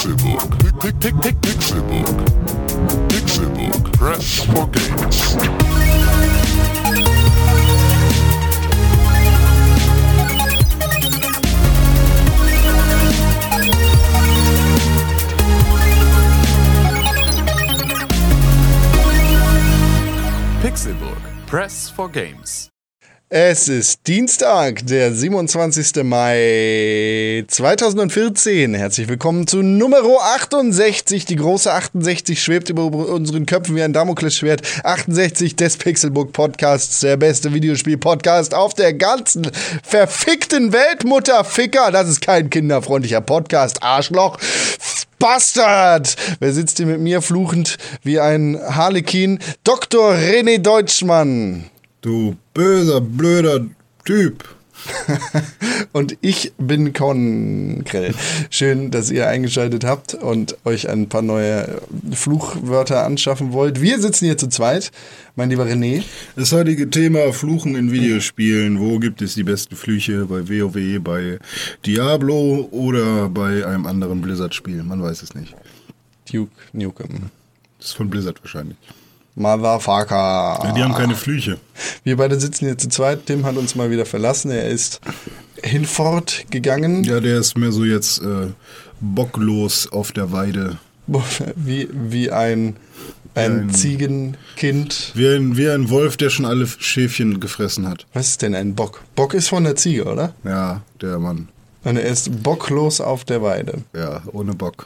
Pixelbook. Pixelbook. Pixelbook. Press for games. Pixelbook. Press for games. Es ist Dienstag, der 27. Mai 2014. Herzlich willkommen zu Nummer 68. Die große 68 schwebt über unseren Köpfen wie ein Damoklesschwert. 68 des Pixelbook Podcasts, der beste Videospiel-Podcast auf der ganzen verfickten Welt, Mutterficker. Das ist kein kinderfreundlicher Podcast, Arschloch. Bastard! Wer sitzt hier mit mir fluchend wie ein Harlekin? Dr. René Deutschmann. Du böser, blöder Typ. Und ich bin Korngrell. Schön, dass ihr eingeschaltet habt und euch ein paar neue Fluchwörter anschaffen wollt. Wir sitzen hier zu zweit, mein lieber René. Das heutige Thema Fluchen in Videospielen. Wo gibt es die besten Flüche? Bei WoW, bei Diablo oder bei einem anderen Blizzard-Spiel? Man weiß es nicht. Duke Nukem. Das ist von Blizzard wahrscheinlich. Motherfucker. Ja, die haben keine Flüche. Wir beide sitzen hier zu zweit. Tim hat uns mal wieder verlassen. Er ist hinfort gegangen. Ja, der ist mehr so jetzt bocklos auf der Weide. Wie ein Ziegenkind. Wie ein Wolf, der schon alle Schäfchen gefressen hat. Was ist denn ein Bock? Bock ist von der Ziege, oder? Ja, der Mann. Und er ist bocklos auf der Weide. Ja, ohne Bock.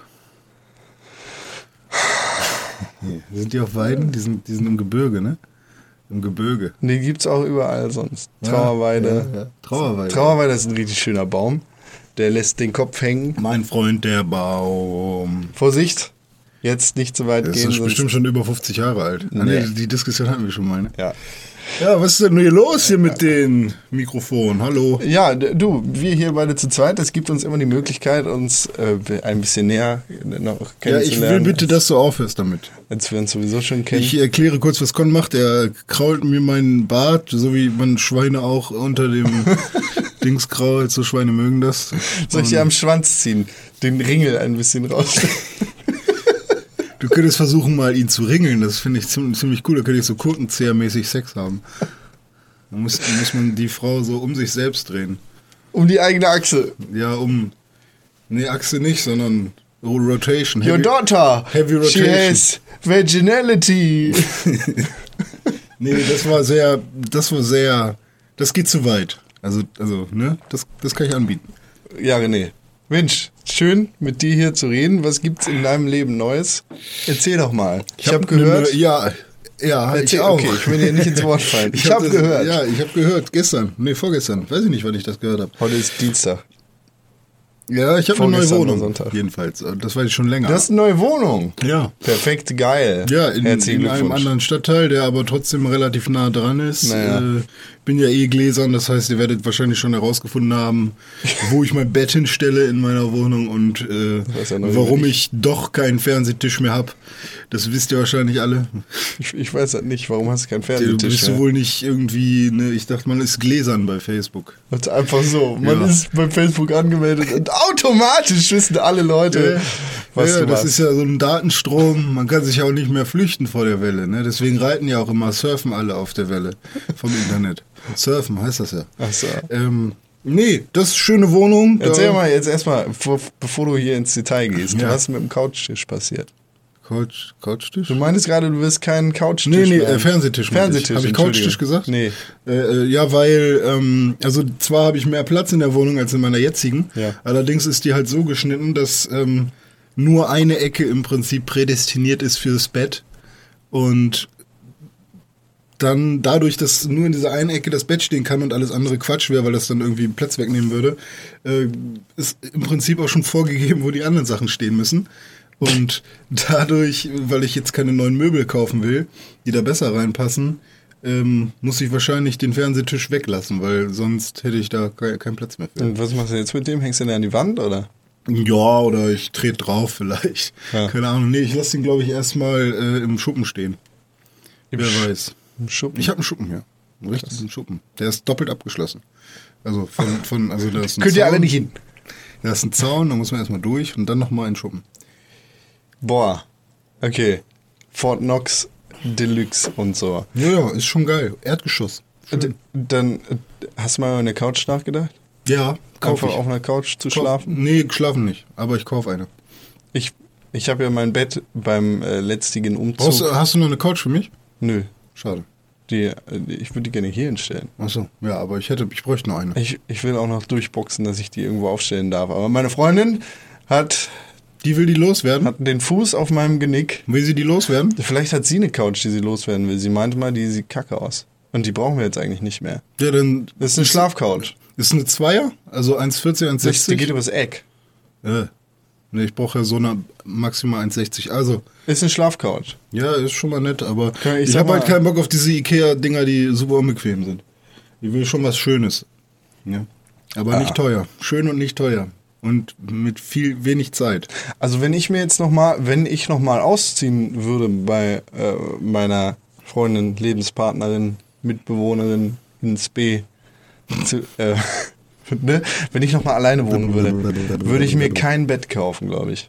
Nee, sind die auf Weiden? Die sind im Gebirge, ne? Im Gebirge. Die gibt's auch überall sonst. Trauerweide. Ja. Trauerweide. Trauerweide ist ein richtig schöner Baum. Der lässt den Kopf hängen. Mein Freund, der Baum. Vorsicht, jetzt nicht zu weit Das gehen. ist bestimmt schon über 50 Jahre alt. Nee. Die Diskussion hatten wir schon mal, ne? Ja. Ja, was ist denn hier los hier mit den Mikrofonen? Hallo? Ja, du, wir hier beide zu zweit, das gibt uns immer die Möglichkeit, uns ein bisschen näher noch kennenzulernen. Ja, ich will bitte, dass du aufhörst damit. Als wir uns sowieso schon kennen. Ich erkläre kurz, was Con macht. Er krault mir meinen Bart, so wie man Schweine auch unter dem Dings krault. So Schweine mögen das. Soll ich dir am Schwanz ziehen? Den Ringel ein bisschen raus. Du könntest versuchen, mal ihn zu ringeln. Das finde ich ziemlich cool. Da könnte ich so Kurtenzieher-mäßig Sex haben. Da muss man die Frau so um sich selbst drehen. Um die eigene Achse. Ja, nee, Achse nicht, sondern Rotation. Your daughter, Heavy Rotation. she has vaginality. Nee, das geht zu weit. Also, ne, das kann ich anbieten. Ja, René. Mensch, schön mit dir hier zu reden. Was gibt's in deinem Leben Neues? Erzähl doch mal. Ich habe gehört. Ja, erzähl, ich auch. Okay, ich will dir nicht ins Wort fallen. Ich habe gehört. Ja, ich habe gehört. Vorgestern. Weiß ich nicht, wann ich das gehört habe. Heute ist Dienstag. Ja, ich habe eine neue Wohnung. Sonntag. Jedenfalls. Das weiß ich schon länger. Du hast eine neue Wohnung? Ja. Perfekt, geil. Ja, in einem anderen Stadtteil, der aber trotzdem relativ nah dran ist. Naja. Bin ja gläsern, das heißt, ihr werdet wahrscheinlich schon herausgefunden haben, wo ich mein Bett hinstelle in meiner Wohnung und warum ich doch keinen Fernsehtisch mehr habe. Das wisst ihr wahrscheinlich alle. Ich weiß halt nicht, warum hast du keinen Fernsehtisch Du bist mehr? wohl nicht irgendwie, ne, ich dachte, man ist gläsern bei Facebook. Und einfach so, man ist bei Facebook angemeldet und automatisch wissen alle Leute, was du das machst. ist ja so ein Datenstrom, man kann sich ja auch nicht mehr flüchten vor der Welle, ne? Deswegen reiten ja auch immer, surfen alle auf der Welle vom Internet. Surfen heißt das ja. Ach so. Nee, das ist schöne Wohnung. Erzähl mal jetzt erstmal, bevor du hier ins Detail gehst, Ja. was ist mit dem Couchtisch passiert? Couchtisch? Du meintest gerade, du wirst keinen Couchtisch Nee, mehr. Fernsehtisch. Fernsehtisch, Habe ich Couchtisch gesagt? Nee. Ja, weil, also zwar habe ich mehr Platz in der Wohnung als in meiner jetzigen, Ja. allerdings ist die halt so geschnitten, dass nur eine Ecke im Prinzip prädestiniert ist fürs Bett und dann dadurch, dass nur in dieser einen Ecke das Bett stehen kann und alles andere Quatsch wäre, weil das dann irgendwie Platz wegnehmen würde, ist im Prinzip auch schon vorgegeben, wo die anderen Sachen stehen müssen. Und dadurch, weil ich jetzt keine neuen Möbel kaufen will, die da besser reinpassen, muss ich wahrscheinlich den Fernsehtisch weglassen, weil sonst hätte ich da keinen Platz mehr für. Und was machst du jetzt mit dem? Hängst du den an die Wand, oder? Ja, oder ich trete drauf vielleicht. Ja. Keine Ahnung. Nee, ich lasse den, glaube ich, erstmal im Schuppen stehen. Wer weiß. Im Schuppen? Ich habe einen Schuppen, ja. Einen richtigen Schuppen. Der ist doppelt abgeschlossen. Also also da ist ein Könnt ihr Zaun. alle nicht hin. Da ist ein Zaun, da muss man erstmal durch und dann nochmal einen Schuppen. Boah. Okay. Fort Knox Deluxe und so. Ja, ist schon geil. Erdgeschoss. Dann hast du mal über eine Couch nachgedacht? Ja, kauf Einfach ich. auf einer Couch zu schlafen? Nee, schlafen nicht. Aber ich kaufe eine. Ich habe ja mein Bett beim letztigen Umzug. Hast du noch eine Couch für mich? Nö. Schade. Ich würde die gerne hier hinstellen. Achso, ja, aber ich bräuchte noch eine. Ich will auch noch durchboxen, dass ich die irgendwo aufstellen darf. Aber meine Freundin hat Die will die loswerden? den Fuß auf meinem Genick. Will sie die loswerden? Vielleicht hat sie eine Couch, die sie loswerden will. Sie meinte mal, die sieht kacke aus. Und die brauchen wir jetzt eigentlich nicht mehr. Ja, dann. Das ist eine Schlafcouch. Ist eine Zweier? Also 1,40, 1,60? Die geht übers Eck. Nee, ich brauche ja so eine maximal 1,60. Also, Ist eine Schlafcouch. ja, ist schon mal nett, aber Ich ich sag habe halt mal- keinen Bock auf diese Ikea-Dinger, die super unbequem sind. Ich will schon was Schönes. Ja. Aber nicht teuer. Schön und nicht teuer. Und mit wenig Zeit. Also wenn ich noch mal ausziehen würde bei meiner Freundin, Lebenspartnerin, Mitbewohnerin ins B, ne? Wenn ich noch mal alleine wohnen würde ich mir kein Bett kaufen, glaube ich.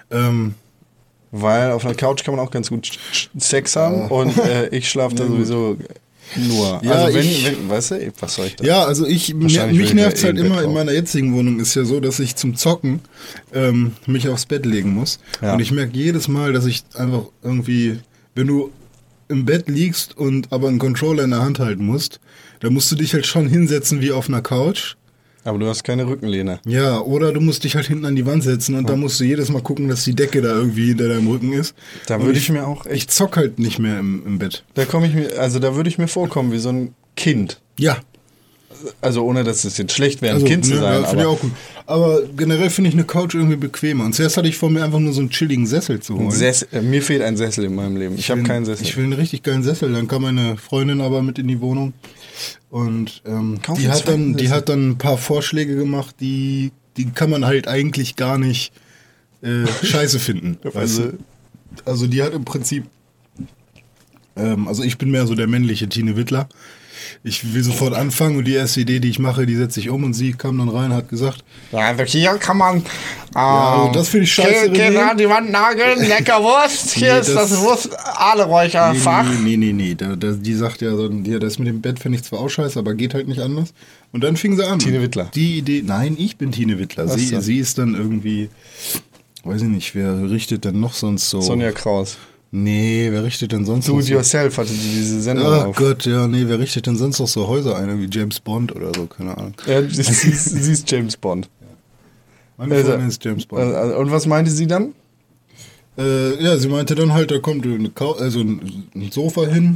Weil auf einer Couch kann man auch ganz gut Sex haben und ich schlafe da sowieso nur. Ja, also weißt du, was soll ich da? Ja, also mich Wahrscheinlich würde nervt ich es halt mir eh ein Bett immer, in kaufen. meiner jetzigen Wohnung ist ja so, dass ich zum Zocken mich aufs Bett legen muss. Ja. Und ich merke jedes Mal, dass ich einfach irgendwie, wenn du im Bett liegst und aber einen Controller in der Hand halten musst, dann musst du dich halt schon hinsetzen wie auf einer Couch. Aber du hast keine Rückenlehne. Ja, oder du musst dich halt hinten an die Wand setzen und da musst du jedes Mal gucken, dass die Decke da irgendwie hinter deinem Rücken ist. Da Und würde ich mir auch Ich echt, zock halt nicht mehr im Bett. da würde ich mir vorkommen wie so ein Kind. Ja. Also ohne, dass es jetzt schlecht wäre, ein Kind zu sein. Ja, finde ich auch gut. Aber generell finde ich eine Couch irgendwie bequemer. Und zuerst hatte ich vor mir einfach nur so einen chilligen Sessel zu holen. Mir fehlt ein Sessel in meinem Leben. Ich habe keinen Sessel. Ich will einen richtig geilen Sessel. Dann kam meine Freundin aber mit in die Wohnung. Und Kauf die einen hat zweiten Sessel. dann ein paar Vorschläge gemacht, die kann man halt eigentlich gar nicht scheiße finden. Weißt du? Also die hat im Prinzip, also ich bin mehr so der männliche Tine Wittler. Ich will sofort anfangen und die erste Idee, die ich mache, die setze ich um und sie kam dann rein und hat gesagt, Ja, also hier kann man also das finde ich scheiße, Käse René. an die Wand nageln, lecker Wurst. Hier Nee, ist das Wurst-Aaleräucher-Fach. Nee. Die sagt ja, das mit dem Bett finde ich zwar auch scheiße, aber geht halt nicht anders. Und dann fing sie an. Tine Wittler. Die Idee, nein, ich bin Tine Wittler. Ach so. Sie ist dann irgendwie, weiß ich nicht, wer richtet denn noch sonst so? Sonja Kraus. Nee, wer richtet denn sonst Do noch it so? yourself hatte die diese Sendung Oh auf. Gott, ja, nee, wer richtet denn sonst noch so Häuser ein? Irgendwie James Bond oder so, keine Ahnung. Ja, sie ist James Bond. Meine Freundin ist James Bond. Und was meinte sie dann? Ja, sie meinte dann halt, da kommt ein Sofa hin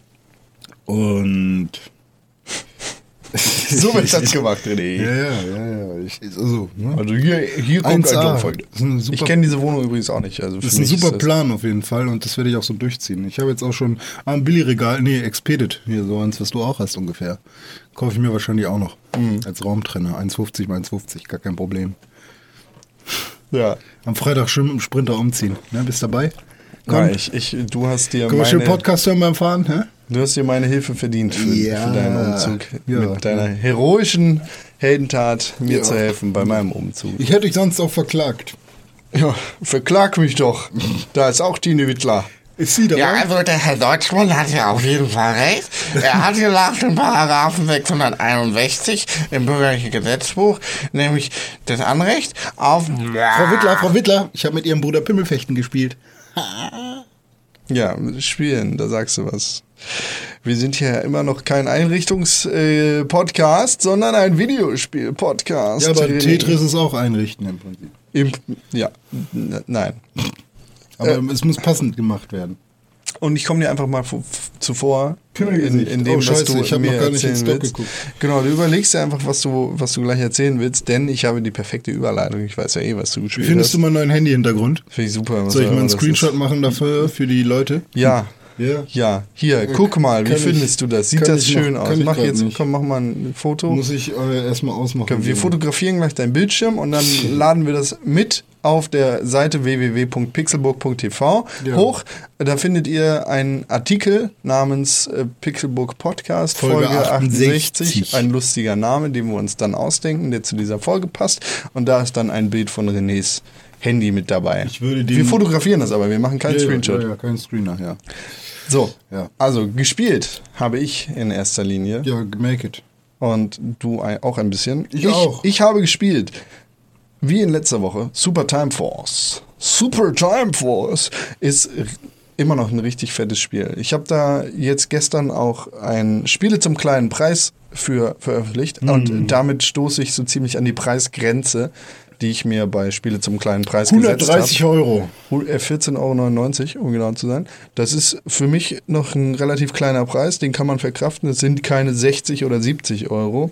und So wird das gemacht, René. ja. Ne? Also hier kommt 1A. ein Jungfrau. Das ist ein super- Ich kenne diese Wohnung übrigens auch nicht. Also für Das ist ein mich super das- Plan auf jeden Fall und das werde ich auch so durchziehen. Ich habe jetzt auch schon ein Billigregal, Expedit, hier so eins, was du auch hast ungefähr. Kaufe ich mir wahrscheinlich auch noch. Als Raumtrenner, 1,50 x 1,50, gar kein Problem. Ja. Am Freitag schön mit dem Sprinter umziehen. Ne, bist dabei? Komm, Du hast dir können wir schön Podcast hören beim Fahren? Hä? Du hast dir meine Hilfe verdient für deinen Umzug. Ja. Mit deiner heroischen Heldentat, mir zu helfen bei meinem Umzug. Ich hätte dich sonst auch verklagt. Ja, verklag mich doch. Da ist auch Tine Wittler. Ist sie dabei? Ja, also der Herr Deutschmann hat ja auf jeden Fall recht. Er hat hier nach dem Paragraphen 661 im Bürgerlichen Gesetzbuch nämlich das Anrecht auf... Frau Wittler, ich habe mit ihrem Bruder Pimmelfechten gespielt. Ja, spielen, da sagst du was. Wir sind hier immer noch kein Einrichtungs-Podcast, sondern ein Videospiel-Podcast. Ja, aber René. Tetris ist auch einrichten im Prinzip. Nein. Aber es muss passend gemacht werden. Und ich komme dir einfach mal zuvor in dem, Oh, was scheiße, du ich hab mir noch gar nicht ins erzählen Doc willst. geguckt. Genau, du überlegst dir einfach, was du gleich erzählen willst, denn ich habe die perfekte Überleitung. Ich weiß ja was du Wie gespielt findest hast. du meinen neuen Handy-Hintergrund? Finde ich super. Soll ich mal einen das Screenshot ist. machen dafür für die Leute? Ja. Ja. Ja, hier, guck mal, wie Kann ich- findest du das? Sieht kann das ich schön noch- aus? kann ich Mach grad jetzt, nicht. komm, mach mal ein Foto. Muss ich erstmal ausmachen. Wir fotografieren gleich deinen Bildschirm und dann laden wir das mit auf der Seite www.pixelburg.tv Ja. hoch. Da findet ihr einen Artikel namens Pixelburg Podcast, Folge Folge 68. 68. Ein lustiger Name, den wir uns dann ausdenken, der zu dieser Folge passt. Und da ist dann ein Bild von Renés Handy mit dabei. Wir fotografieren das aber, wir machen keinen Screenshot. Ja, kein Screener, ja. So, Ja. also gespielt habe ich in erster Linie. Ja, make it. Und du auch ein bisschen. Ich auch. Ich habe gespielt, wie in letzter Woche, Super Time Force. Super Time Force ist immer noch ein richtig fettes Spiel. Ich habe da jetzt gestern auch ein Spiele zum kleinen Preis für veröffentlicht und damit stoße ich so ziemlich an die Preisgrenze, die ich mir bei Spiele zum kleinen Preis gesetzt habe. 130 Euro. 14,99 Euro, um genau zu sein. Das ist für mich noch ein relativ kleiner Preis, den kann man verkraften. Es sind keine 60 oder 70 Euro.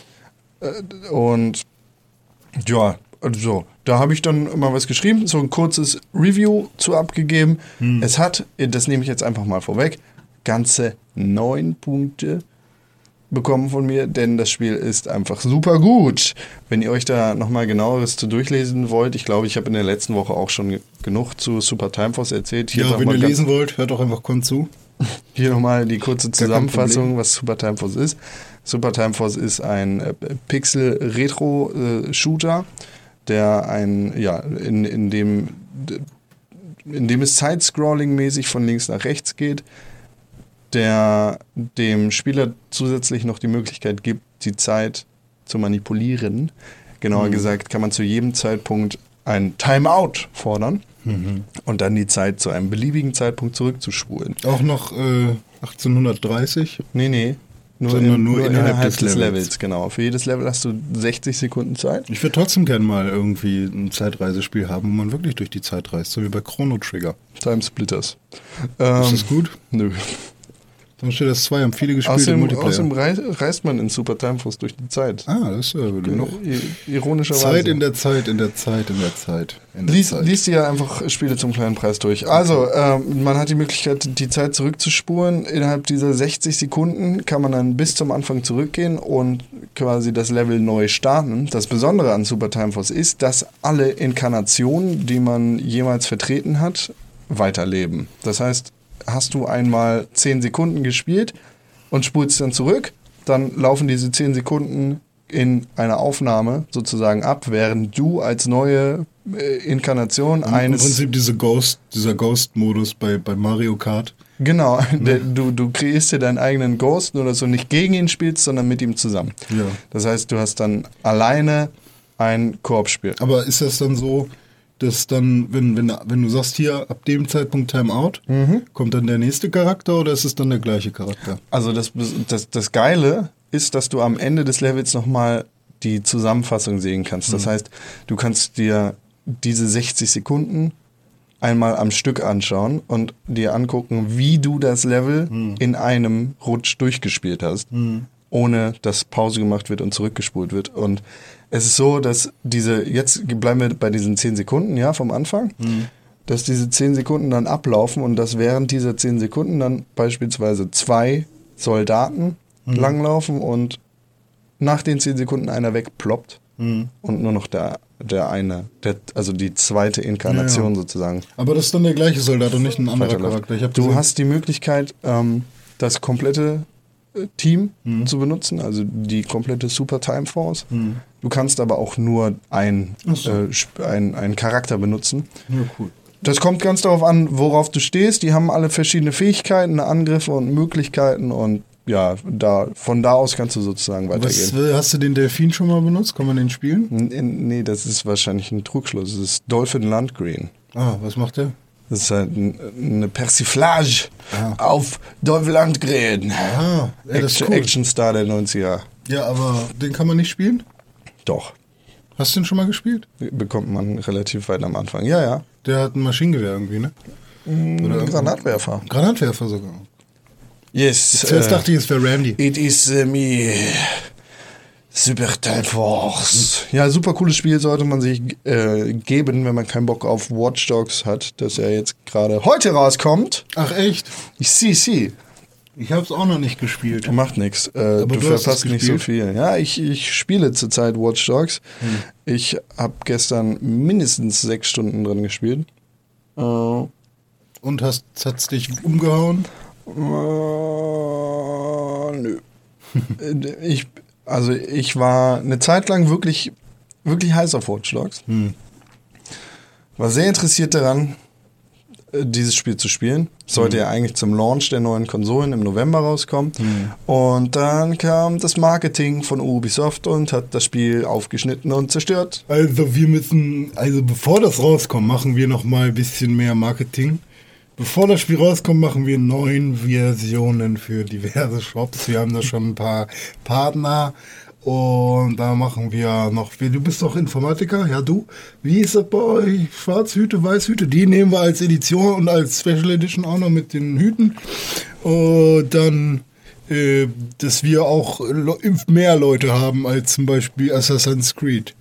Und ja, also da habe ich dann mal was geschrieben, so ein kurzes Review zu abgegeben. Es hat, das nehme ich jetzt einfach mal vorweg, ganze 9 Punkte bekommen von mir, denn das Spiel ist einfach super gut. Wenn ihr euch da nochmal genaueres zu durchlesen wollt, ich glaube, ich habe in der letzten Woche auch schon genug zu Super Time Force erzählt. Hier Ja, wenn ihr lesen wollt, hört doch einfach kurz zu. Hier nochmal die kurze kein Zusammenfassung, Problem. was Super Time Force ist. Super Time Force ist ein Pixel-Retro-Shooter, der in dem es Side-Scrolling-mäßig von links nach rechts geht, der dem Spieler zusätzlich noch die Möglichkeit gibt, die Zeit zu manipulieren. Genauer gesagt kann man zu jedem Zeitpunkt ein Timeout fordern und dann die Zeit zu einem beliebigen Zeitpunkt zurückzuspulen. Auch noch 1830. Nee. Sondern nur innerhalb des Levels. Genau. Für jedes Level hast du 60 Sekunden Zeit. Ich würde trotzdem gerne mal irgendwie ein Zeitreisespiel haben, wo man wirklich durch die Zeit reist, so wie bei Chrono Trigger. Time Splitters. Ist das gut? Nö. Dann steht das 2, haben viele gespielt im Multiplayer. Außerdem reist man in Super Time Force durch die Zeit. Ah, das ist ja noch. Ironischerweise. Zeit in der Zeit. Lies dir einfach Spiele zum kleinen Preis durch. Also, man hat die Möglichkeit, die Zeit zurückzuspulen. Innerhalb dieser 60 Sekunden kann man dann bis zum Anfang zurückgehen und quasi das Level neu starten. Das Besondere an Super Time Force ist, dass alle Inkarnationen, die man jemals vertreten hat, weiterleben. Das heißt, hast du einmal 10 Sekunden gespielt und spulst dann zurück, dann laufen diese 10 Sekunden in einer Aufnahme sozusagen ab, während du als neue Inkarnation eines... Im Prinzip dieser Ghost-Modus bei Mario Kart. Genau, du kreierst dir deinen eigenen Ghost, nur dass du nicht gegen ihn spielst, sondern mit ihm zusammen. Ja. Das heißt, du hast dann alleine ein Koop-Spiel. Aber ist das dann so, dass dann, wenn du sagst, hier ab dem Zeitpunkt Timeout, kommt dann der nächste Charakter oder ist es dann der gleiche Charakter? Also das Geile ist, dass du am Ende des Levels nochmal die Zusammenfassung sehen kannst. Das heißt, du kannst dir diese 60 Sekunden einmal am Stück anschauen und dir angucken, wie du das Level in einem Rutsch durchgespielt hast, ohne dass Pause gemacht wird und zurückgespult wird. Und es ist so, dass jetzt bleiben wir bei diesen 10 Sekunden, ja, vom Anfang, dass diese 10 Sekunden dann ablaufen und dass während dieser 10 Sekunden dann beispielsweise 2 Soldaten langlaufen und nach den 10 Sekunden einer wegploppt und nur noch also die zweite Inkarnation sozusagen. Aber das ist dann der gleiche Soldat und nicht ein anderer Charakter. Du hast die Möglichkeit, das komplette Team zu benutzen, also die komplette Super Time Force. Du kannst aber auch nur einen Charakter benutzen. Ja, cool. Das kommt ganz darauf an, worauf du stehst. Die haben alle verschiedene Fähigkeiten, Angriffe und Möglichkeiten und ja, von da aus kannst du sozusagen weitergehen. Hast du den Delfin schon mal benutzt? Kann man den spielen? Nee, das ist wahrscheinlich ein Trugschluss. Das ist Dolphin Landgreen. Ah, was macht der? Das ist halt eine Persiflage auf Dolphin Landgreen. Ah, ja, das ist cool. Actionstar der 90er. Ja, aber den kann man nicht spielen? Doch. Hast du den schon mal gespielt? Bekommt man relativ weit am Anfang. Ja. Der hat ein Maschinengewehr irgendwie, ne? Oder Granatwerfer. Granatwerfer sogar. Yes. Zuerst dachte ich, es wäre Randy. It is me. Super Time Force. Ja, super cooles Spiel sollte man sich geben, wenn man keinen Bock auf Watch Dogs hat, das ja jetzt gerade heute rauskommt. Ach echt? Ich hab's auch noch nicht gespielt. Macht nichts. Du verpasst nicht so viel. Ja, ich spiele zurzeit Watch Dogs. Ich habe gestern mindestens 6 Stunden drin gespielt. Und hat's dich umgehauen? Nö. Ich war eine Zeit lang wirklich, wirklich heiß auf Watch Dogs. war sehr interessiert daran, dieses Spiel zu spielen. Sollte ja eigentlich zum Launch der neuen Konsolen im November rauskommen. Und dann kam das Marketing von Ubisoft und hat das Spiel aufgeschnitten und zerstört. Also bevor das rauskommt, machen wir noch mal ein bisschen mehr Marketing. Bevor das Spiel rauskommt, machen wir 9 Versionen für diverse Shops. Wir haben da schon ein paar Partner. Und da machen wir noch, du bist doch Informatiker, ja du, wie ist das bei euch, Schwarzhüte, Weißhüte, die nehmen wir als Edition und als Special Edition auch noch mit den Hüten. Und dann, dass wir auch mehr Leute haben als zum Beispiel Assassin's Creed.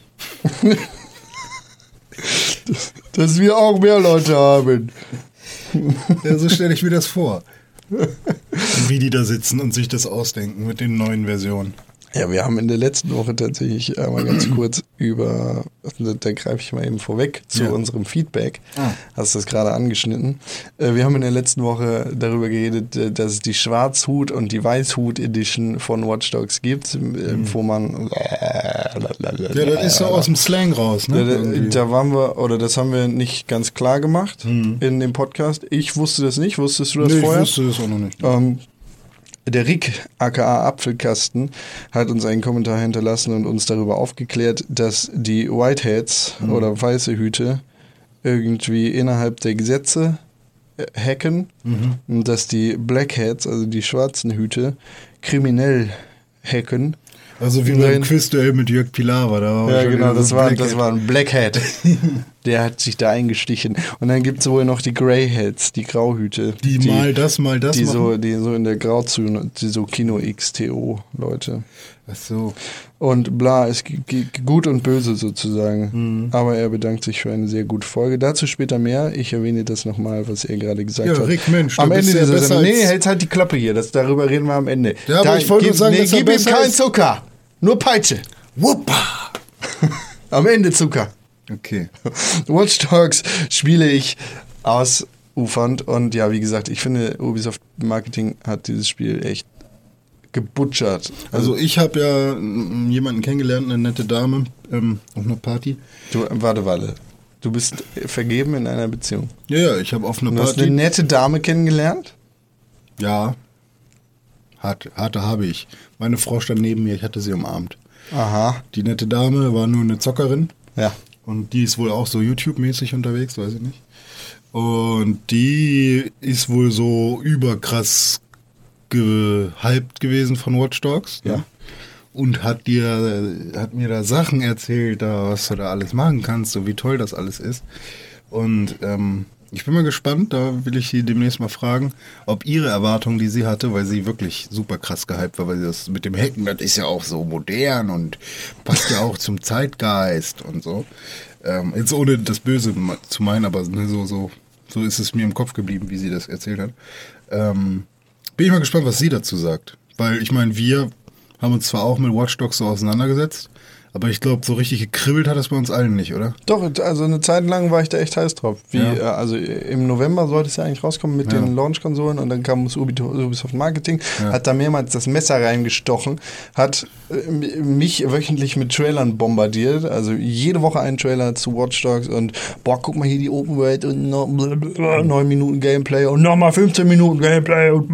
Dass wir auch mehr Leute haben. Ja, so stelle ich mir das vor. Wie die da sitzen und sich das ausdenken mit den neuen Versionen. Ja, wir haben in der letzten Woche tatsächlich mal ganz kurz da greife ich mal eben vorweg zu unserem Feedback. Hast du das gerade angeschnitten? Wir haben in der letzten Woche darüber geredet, dass es die Schwarzhut- und die Weißhut-Edition von Watch Dogs gibt, wo man... Ja, das ist so aus dem Slang raus, ne? Da waren wir, oder das haben wir nicht ganz klar gemacht in dem Podcast. Ich wusste das nicht. Wusstest du das vorher? Ich wusste das auch noch nicht. Der Rick, aka Apfelkasten, hat uns einen Kommentar hinterlassen und uns darüber aufgeklärt, dass die Whiteheads oder weiße Hüte irgendwie innerhalb der Gesetze hacken und dass die Blackheads, also die schwarzen Hüte, kriminell hacken. Also wie beim Quizduell mit Jörg Pilawa. Ja, genau, das war ein Blackhead. Der hat sich da eingestichen. Und dann gibt es wohl noch die Greyheads, die Grauhüte. Die mal das die machen. so in der Grauzone, die so Kino-XTO-Leute. Ach so. Und bla, ist gut und böse sozusagen. Aber er bedankt sich für eine sehr gute Folge. Dazu später mehr. Ich erwähne das nochmal, was er gerade gesagt hat. Ja, Rick, Mensch, am Ende dieser Sendung. Nee, hältst halt die Klappe hier. Darüber reden wir am Ende. Ja, aber ich wollte nur sagen, dass gib ihm keinen ist. Zucker. Nur Peitsche. Wuppa! Am Ende Zucker. Okay. Watch Dogs spiele ich ausufernd. Und ja, wie gesagt, ich finde, Ubisoft Marketing hat dieses Spiel echt gebutschert. Also ich habe ja jemanden kennengelernt, eine nette Dame, auf einer Party. Warte. Du bist vergeben in einer Beziehung. Ja, ich habe auf einer Du hast Party. eine nette Dame kennengelernt? Ja. Habe ich. Meine Frau stand neben mir, ich hatte sie umarmt. Aha. Die nette Dame war nur eine Zockerin. Ja. Und die ist wohl auch so YouTube-mäßig unterwegs, weiß ich nicht. Und die ist wohl so überkrass gehypt gewesen von Watch Dogs. Ja. Ne? Und hat mir da Sachen erzählt, was du da alles machen kannst, so wie toll das alles ist. Und ich bin mal gespannt, da will ich sie demnächst mal fragen, ob ihre Erwartungen, die sie hatte, weil sie wirklich super krass gehypt war, weil das mit dem Hacken, das ist ja auch so modern und passt ja auch zum Zeitgeist und so. Jetzt ohne das Böse zu meinen, aber ne, so ist es mir im Kopf geblieben, wie sie das erzählt hat. Bin ich mal gespannt, was sie dazu sagt. Weil ich meine, wir haben uns zwar auch mit Watch Dogs so auseinandergesetzt, aber ich glaube, so richtig gekribbelt hat das bei uns allen nicht, oder? Doch, also eine Zeit lang war ich da echt heiß drauf. Also im November sollte es ja eigentlich rauskommen mit den Launch-Konsolen und dann kam das Ubisoft Marketing, hat da mehrmals das Messer reingestochen, hat mich wöchentlich mit Trailern bombardiert, also jede Woche einen Trailer zu Watch Dogs und guck mal hier die Open World und 9 Minuten Gameplay und nochmal 15 Minuten Gameplay und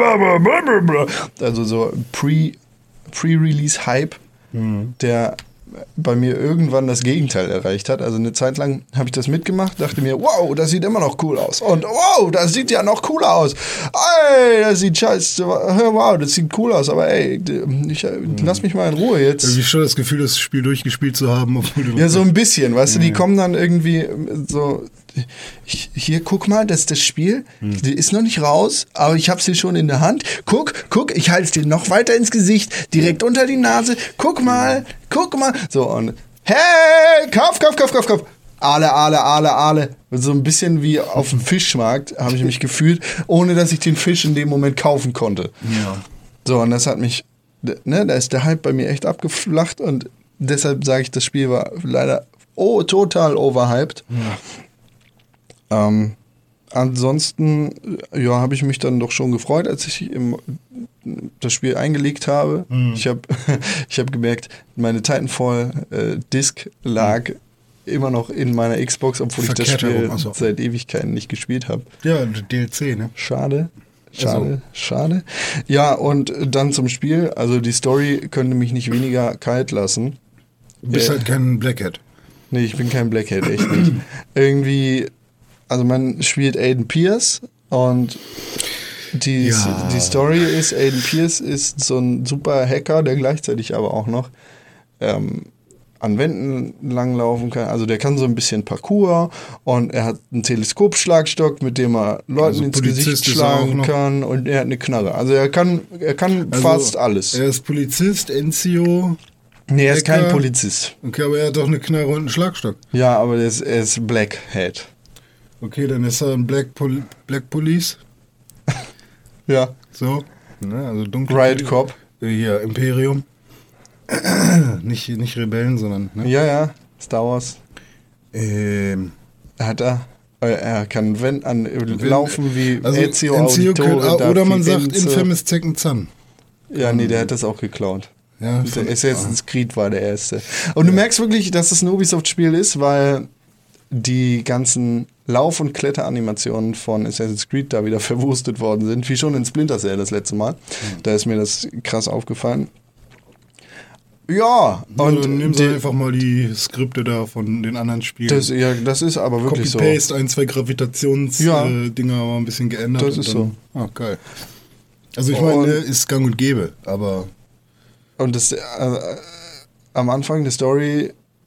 also so Pre-Release-Hype, der bei mir irgendwann das Gegenteil erreicht hat. Also eine Zeit lang habe ich das mitgemacht, dachte mir, wow, das sieht immer noch cool aus. Und wow, das sieht ja noch cooler aus. Ey, das sieht scheiße, wow, das sieht cool aus. Aber ey, lass mich mal in Ruhe jetzt. Irgendwie schon das Gefühl, das Spiel durchgespielt zu haben. Obwohl du Ja, so ein bisschen, weißt du, die kommen dann irgendwie so, hier, guck mal, das ist das Spiel, die ist noch nicht raus, aber ich hab's hier schon in der Hand. Guck, ich halte es dir noch weiter ins Gesicht, direkt unter die Nase. Guck mal. So, und hey, kauf. Alle. So ein bisschen wie auf dem Fischmarkt habe ich mich gefühlt, ohne dass ich den Fisch in dem Moment kaufen konnte. Ja. So, und das hat mich, ne, da ist der Hype bei mir echt abgeflacht und deshalb sage ich, das Spiel war leider total overhyped. Ja. Ansonsten, ja, habe ich mich dann doch schon gefreut, als ich das Spiel eingelegt habe. Ich hab gemerkt, meine Titanfall-Disc lag immer noch in meiner Xbox, obwohl ich das Verkehrt Spiel herum, ach so. seit Ewigkeiten nicht gespielt habe. Ja, DLC, ne? Schade. Also. Schade. Ja, und dann zum Spiel. Also die Story könnte mich nicht weniger kalt lassen. Du bist halt kein Blackhead. Nee, ich bin kein Blackhead, echt nicht. Irgendwie, also man spielt Aiden Pierce und die Story ist, Aiden Pierce ist so ein super Hacker, der gleichzeitig aber auch noch an Wänden langlaufen kann. Also der kann so ein bisschen Parkour und er hat einen Teleskopschlagstock, mit dem er Leuten Also ins Polizist Gesicht ist er auch schlagen noch. kann und er hat eine Knarre. Also er kann fast alles. Er ist Polizist, NCO. Nee, er ist kein Hacker. Polizist. Okay, aber er hat doch eine Knarre und einen Schlagstock. Ja, aber er ist Blackhead. Okay, dann ist er ein Black Police. Ja. So. Ne, also dunkel. Riot Cop. Hier, Imperium. nicht Rebellen, sondern. Ne? Ja, Star Wars. Also Er kann laufen wie Ezio NCO kann, Auditore. oder man sagt Firenze. Infamous Second Son. Ja, nee, der hat das auch geklaut. Ja, Assassin's Creed war der erste. Und du merkst wirklich, dass es ein Ubisoft-Spiel ist, weil die ganzen Lauf- und Kletteranimationen von Assassin's Creed da wieder verwurstet worden sind, wie schon in Splinter Cell das letzte Mal. Da ist mir das krass aufgefallen. Ja, Und und dann nehmen sie einfach mal die Skripte da von den anderen Spielen. das ist aber wirklich so. Copy-Paste, 1, 2 Gravitationsdinger mal ein bisschen geändert. Das und ist dann, so. Ah, geil. Also ich meine, ist gang und gäbe, aber Und am Anfang der Story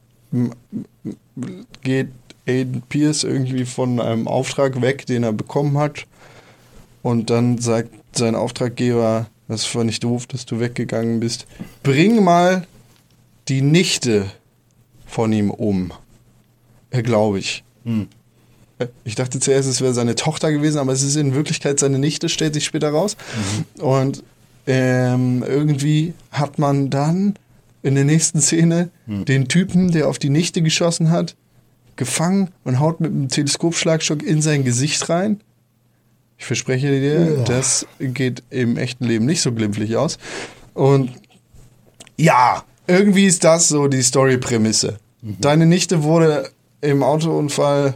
geht Aiden Pierce irgendwie von einem Auftrag weg, den er bekommen hat. Und dann sagt sein Auftraggeber, das fand ich doof, dass du weggegangen bist, bring mal die Nichte von ihm um. Glaube ich. Ich dachte zuerst, es wäre seine Tochter gewesen, aber es ist in Wirklichkeit seine Nichte, stellt sich später raus. Und irgendwie hat man dann in der nächsten Szene den Typen, der auf die Nichte geschossen hat, gefangen und haut mit einem Teleskopschlagstock in sein Gesicht rein. Ich verspreche dir, das geht im echten Leben nicht so glimpflich aus. Und ja, irgendwie ist das so die Story-Prämisse. Deine Nichte wurde im Autounfall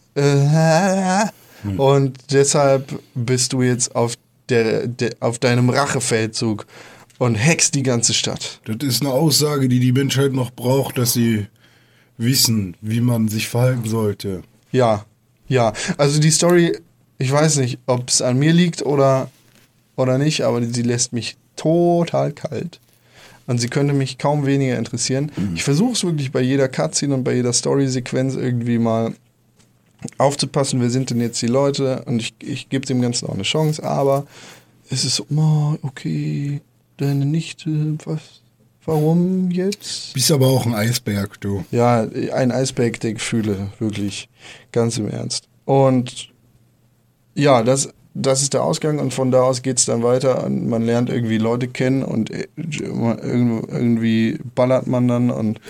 und deshalb bist du jetzt auf deinem Rachefeldzug und hackst die ganze Stadt. das ist eine Aussage, die die Menschheit noch braucht, dass sie wissen, wie man sich verhalten sollte. Ja. Also die Story, ich weiß nicht, ob es an mir liegt oder nicht, aber sie lässt mich total kalt. Und sie könnte mich kaum weniger interessieren. Ich versuche es wirklich bei jeder Cutscene und bei jeder Story-Sequenz irgendwie mal aufzupassen, wer sind denn jetzt die Leute, und ich gebe dem Ganzen auch eine Chance, aber es ist so, okay, deine Nichte, warum jetzt? Bist aber auch ein Eisberg, du. Ja, ein Eisberg der Gefühle, wirklich, ganz im Ernst. Und ja, das ist der Ausgang, und von da aus geht es dann weiter und man lernt irgendwie Leute kennen und irgendwie ballert man dann, und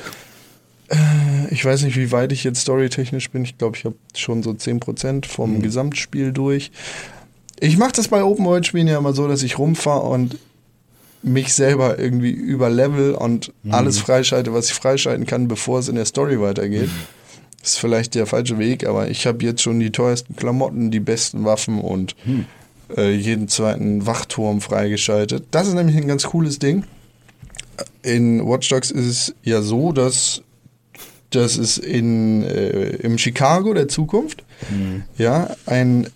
ich weiß nicht, wie weit ich jetzt storytechnisch bin. Ich glaube, ich habe schon so 10% vom Gesamtspiel durch. Ich mache das bei Open-World-Spielen ja immer so, dass ich rumfahre und mich selber irgendwie überlevel und alles freischalte, was ich freischalten kann, bevor es in der Story weitergeht. Das ist vielleicht der falsche Weg, aber ich habe jetzt schon die teuersten Klamotten, die besten Waffen und jeden zweiten Wachturm freigeschaltet. Das ist nämlich ein ganz cooles Ding. In Watch Dogs ist es ja so, dass es im Chicago der Zukunft ein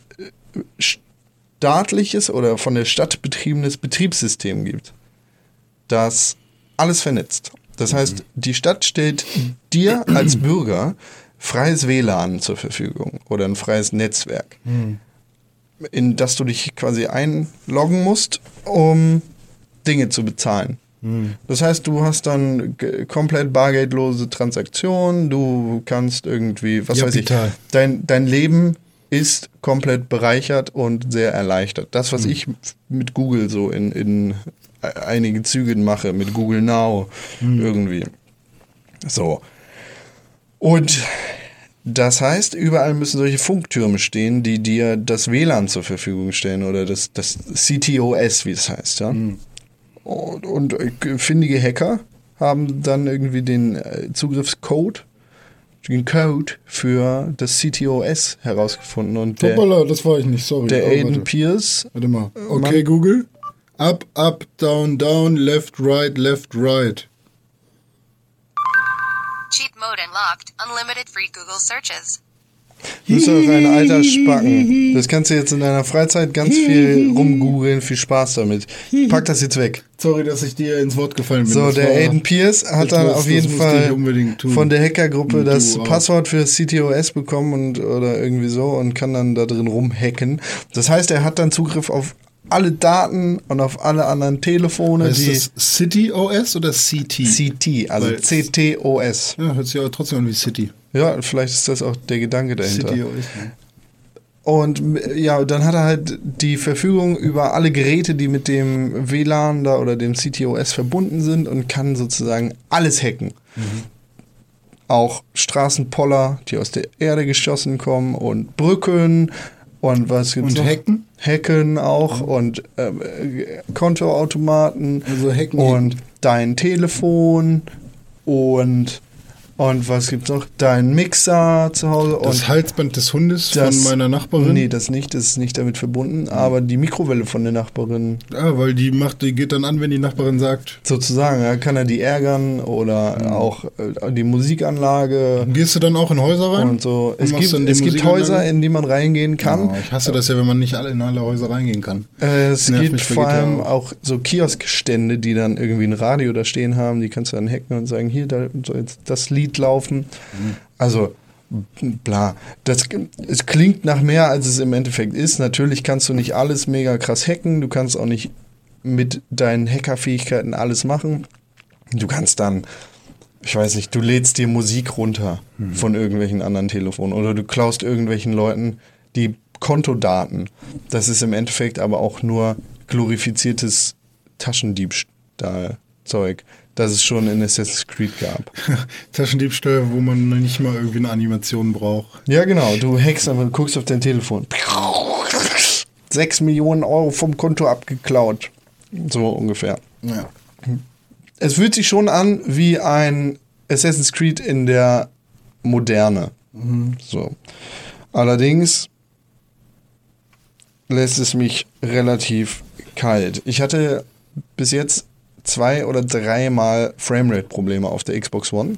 staatliches oder von der Stadt betriebenes Betriebssystem gibt, das alles vernetzt. Das heißt, die Stadt stellt dir als Bürger freies WLAN zur Verfügung oder ein freies Netzwerk, in das du dich quasi einloggen musst, um Dinge zu bezahlen. Das heißt, du hast dann komplett bargeldlose Transaktionen, du kannst irgendwie, was weiß ich, dein Leben ist komplett bereichert und sehr erleichtert. Das, was ich mit Google so in einige Zügen mache, mit Google Now irgendwie. So. Und das heißt, überall müssen solche Funktürme stehen, die dir das WLAN zur Verfügung stellen oder das CTOS, wie es heißt, ja. Und findige Hacker haben dann irgendwie den Zugriffscode den Code für das CTOS herausgefunden. Und Hoppala, das war ich nicht, sorry. der Aiden warte. Pierce. Warte mal. Okay, Google. Up, up, down, down, left, right, left, right. Cheat mode unlocked. Unlimited free Google searches. Du bist doch ein alter Spacken. Das kannst du jetzt in deiner Freizeit ganz viel rumgoogeln. Viel Spaß damit. Pack das jetzt weg. Sorry, dass ich dir ins Wort gefallen bin. So, Das der war Aiden Pierce hat dann etwas, auf jeden das musste ich Fall unbedingt tun. von der Hackergruppe Und das du auch. Passwort für CTOS bekommen oder irgendwie so und kann dann da drin rumhacken. Das heißt, er hat dann Zugriff auf alle Daten und auf alle anderen Telefone, Ist die das City OS oder CT? CT, also Weil- CTOS. Ja, hört sich aber trotzdem an wie City. Ja, vielleicht ist das auch der Gedanke dahinter. City OS. Ne? Und ja, dann hat er halt die Verfügung über alle Geräte, die mit dem WLAN da oder dem CTOS verbunden sind und kann sozusagen alles hacken. Auch Straßenpoller, die aus der Erde geschossen kommen und Brücken und was gibt's Und noch? hacken? Hacken auch und Kontoautomaten Also hacken. und dein Telefon und was gibt's noch? Dein Mixer zu Hause und Das Halsband des Hundes das- von meiner Nachbarin. Nee, das ist nicht damit verbunden, aber die Mikrowelle von der Nachbarin Ja, weil die geht dann an, wenn die Nachbarin sagt. sozusagen, da kann er die ärgern oder auch die Musikanlage Gehst du dann auch in Häuser rein? und so. Und machst dann die Es gibt Musikanlage? Häuser, in die man reingehen kann. Oh, ich hasse das ja, wenn man nicht in alle Häuser reingehen kann. Es Nervt gibt mich vor allem Vegetar auch so Kioskstände, die dann irgendwie ein Radio da stehen haben, die kannst du dann hacken und sagen, hier, da soll jetzt das Lied laufen. Also, bla. Es klingt nach mehr, als es im Endeffekt ist. Natürlich kannst du nicht alles mega krass hacken, du kannst auch nicht mit deinen Hackerfähigkeiten alles machen. Du kannst dann, ich weiß nicht, du lädst dir Musik runter von irgendwelchen anderen Telefonen oder du klaust irgendwelchen Leuten die Kontodaten. Das ist im Endeffekt aber auch nur glorifiziertes Taschendiebstahlzeug, das es schon in Assassin's Creed gab. Taschendiebstahl, wo man nicht mal irgendwie eine Animation braucht. Ja, genau. Du hackst aber, du guckst auf dein Telefon. 6 Millionen Euro vom Konto abgeklaut. So ungefähr. Ja. Es fühlt sich schon an wie ein Assassin's Creed in der Moderne. So. Allerdings lässt es mich relativ kalt. Ich hatte bis jetzt 2 oder 3 Mal Framerate-Probleme auf der Xbox One.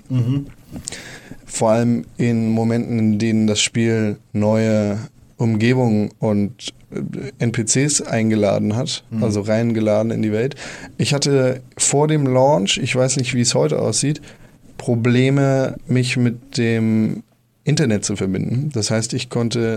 Vor allem in Momenten, in denen das Spiel neue Umgebungen und NPCs eingeladen hat, also reingeladen in die Welt. Ich hatte vor dem Launch, ich weiß nicht, wie es heute aussieht, Probleme, mich mit dem Internet zu verbinden. Das heißt, ich konnte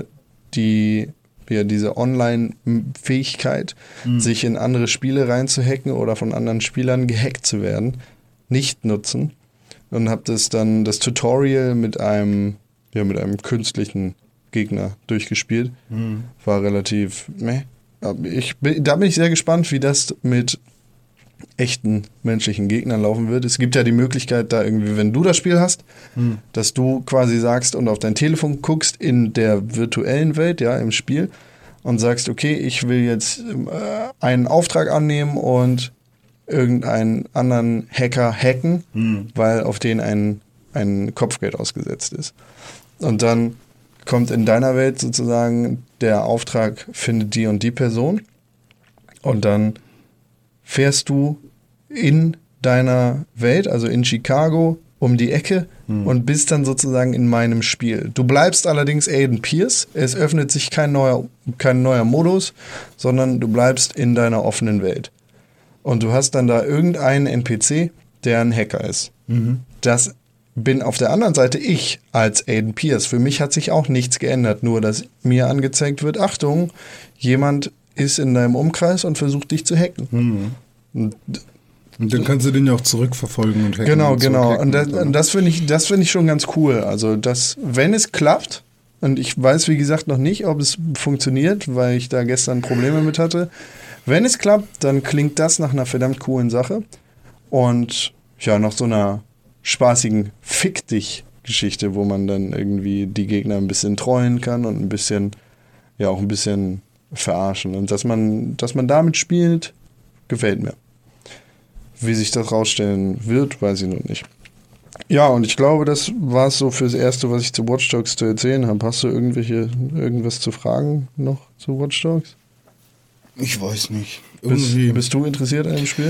diese Online-Fähigkeit, sich in andere Spiele reinzuhacken oder von anderen Spielern gehackt zu werden, nicht nutzen. Und habe das Tutorial mit einem künstlichen Gegner durchgespielt. War relativ meh. Da bin ich sehr gespannt, wie das mit echten menschlichen Gegnern laufen wird. Es gibt ja die Möglichkeit, da irgendwie, wenn du das Spiel hast, dass du quasi sagst und auf dein Telefon guckst in der virtuellen Welt, ja, im Spiel und sagst, okay, ich will jetzt einen Auftrag annehmen und irgendeinen anderen Hacker hacken, weil auf den ein Kopfgeld ausgesetzt ist. Und dann kommt in deiner Welt sozusagen der Auftrag, findet die und die Person und dann fährst du in deiner Welt, also in Chicago, um die Ecke und bist dann sozusagen in meinem Spiel. Du bleibst allerdings Aiden Pierce, es öffnet sich kein neuer Modus, sondern du bleibst in deiner offenen Welt. Und du hast dann da irgendeinen NPC, der ein Hacker ist. Das bin auf der anderen Seite ich als Aiden Pierce. Für mich hat sich auch nichts geändert, nur dass mir angezeigt wird, Achtung, jemand ist in deinem Umkreis und versucht dich zu hacken. Und dann kannst du den ja auch zurückverfolgen und hacken. Genau. zurückhacken Und das finde ich schon ganz cool. Also, wenn es klappt, und ich weiß, wie gesagt, noch nicht, ob es funktioniert, weil ich da gestern Probleme mit hatte. Wenn es klappt, dann klingt das nach einer verdammt coolen Sache. Und ja, nach so einer spaßigen Fick-dich-Geschichte, wo man dann irgendwie die Gegner ein bisschen treuen kann und ein bisschen verarschen. Und dass man damit spielt, gefällt mir. Wie sich das rausstellen wird, weiß ich noch nicht. Ja, und ich glaube, das war es so fürs Erste, was ich zu Watch Dogs zu erzählen habe. Hast du irgendwas zu fragen noch zu Watch Dogs? Ich weiß nicht. Bist du interessiert an dem Spiel?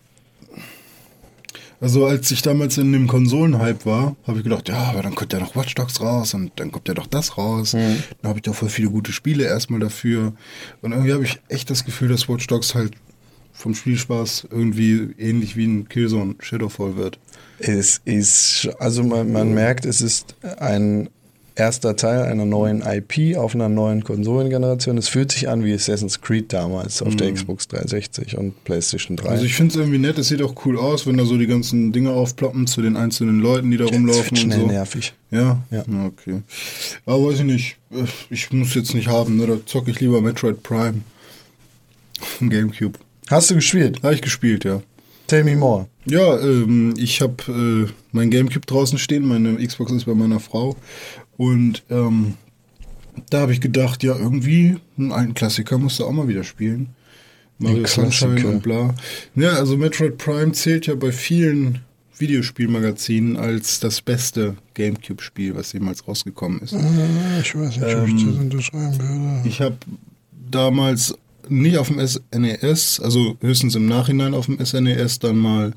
Also als ich damals in dem Konsolenhype war, habe ich gedacht, ja, aber dann kommt ja noch Watch Dogs raus und dann kommt ja doch das raus. Dann habe ich doch voll viele gute Spiele erstmal dafür. Und irgendwie habe ich echt das Gefühl, dass Watch Dogs halt vom Spielspaß irgendwie ähnlich wie ein Killzone Shadowfall wird. Es ist, also man merkt, es ist ein erster Teil einer neuen IP auf einer neuen Konsolengeneration. Es fühlt sich an wie Assassin's Creed damals auf der Xbox 360 und PlayStation 3. Also ich finde es irgendwie nett, es sieht auch cool aus, wenn da so die ganzen Dinge aufploppen zu den einzelnen Leuten, die da rumlaufen wird schnell und so. Nervig. Ja? Ja. Na, okay. Aber weiß ich nicht, ich muss jetzt nicht haben, ne? Da zocke ich lieber Metroid Prime vom Gamecube. Hast du gespielt? Habe ich gespielt, ja. Tell me more. Ja, ich habe mein Gamecube draußen stehen, meine Xbox ist bei meiner Frau und da habe ich gedacht, ja irgendwie einen alten Klassiker musst du auch mal wieder spielen. Mario Sunshine und bla. Ja, also Metroid Prime zählt ja bei vielen Videospielmagazinen als das beste Gamecube-Spiel, was jemals rausgekommen ist. Ich weiß nicht, ob ich das unterschreiben würde. Ich habe damals nicht auf dem SNES, also höchstens im Nachhinein auf dem SNES dann mal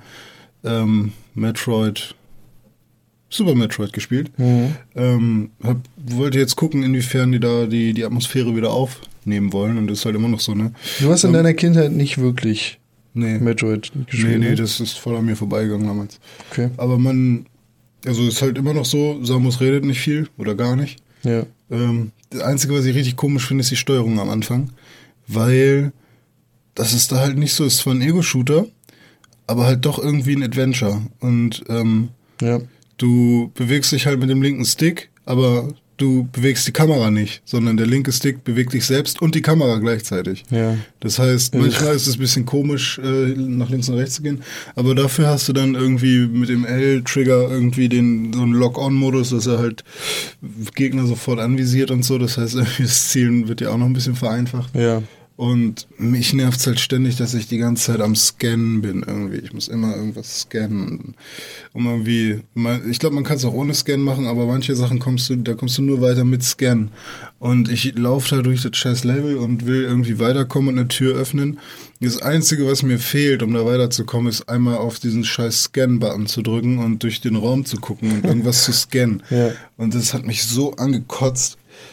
Super Metroid gespielt. Wollte jetzt gucken, inwiefern die da die Atmosphäre wieder aufnehmen wollen und das ist halt immer noch so, ne? Du hast in deiner Kindheit nicht wirklich Metroid gespielt? Nee, das ist voll an mir vorbeigegangen damals. Okay. Aber also ist halt immer noch so, Samus redet nicht viel oder gar nicht. Ja. Das Einzige, was ich richtig komisch finde, ist die Steuerung am Anfang. Weil das ist da halt nicht so, ist zwar ein Ego-Shooter, aber halt doch irgendwie ein Adventure. Und du bewegst dich halt mit dem linken Stick, aber du bewegst die Kamera nicht, sondern der linke Stick bewegt dich selbst und die Kamera gleichzeitig. Ja. Das heißt, manchmal ist es ein bisschen komisch, nach links und rechts zu gehen, aber dafür hast du dann irgendwie mit dem L-Trigger irgendwie so einen Lock-on-Modus, dass er halt Gegner sofort anvisiert und so. Das heißt, das Zielen wird ja auch noch ein bisschen vereinfacht. Ja. Und mich nervt es halt ständig, dass ich die ganze Zeit am Scannen bin irgendwie. Ich muss immer irgendwas scannen. Ich glaube, man kann es auch ohne Scannen machen, aber manche Sachen kommst du nur weiter mit Scannen. Und ich laufe da durch das scheiß Level und will irgendwie weiterkommen und eine Tür öffnen. Das Einzige, was mir fehlt, um da weiterzukommen, ist einmal auf diesen scheiß Scan-Button zu drücken und durch den Raum zu gucken und irgendwas zu scannen. Ja. Und das hat mich so angekotzt.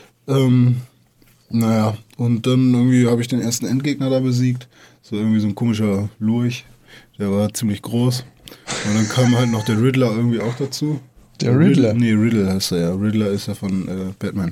Naja, und dann irgendwie habe ich den ersten Endgegner da besiegt. So irgendwie so ein komischer Lurch. Der war ziemlich groß. Und dann kam halt noch der Riddler irgendwie auch dazu. Der Riddler? Nee, Riddle heißt er ja. Riddler ist ja von Batman.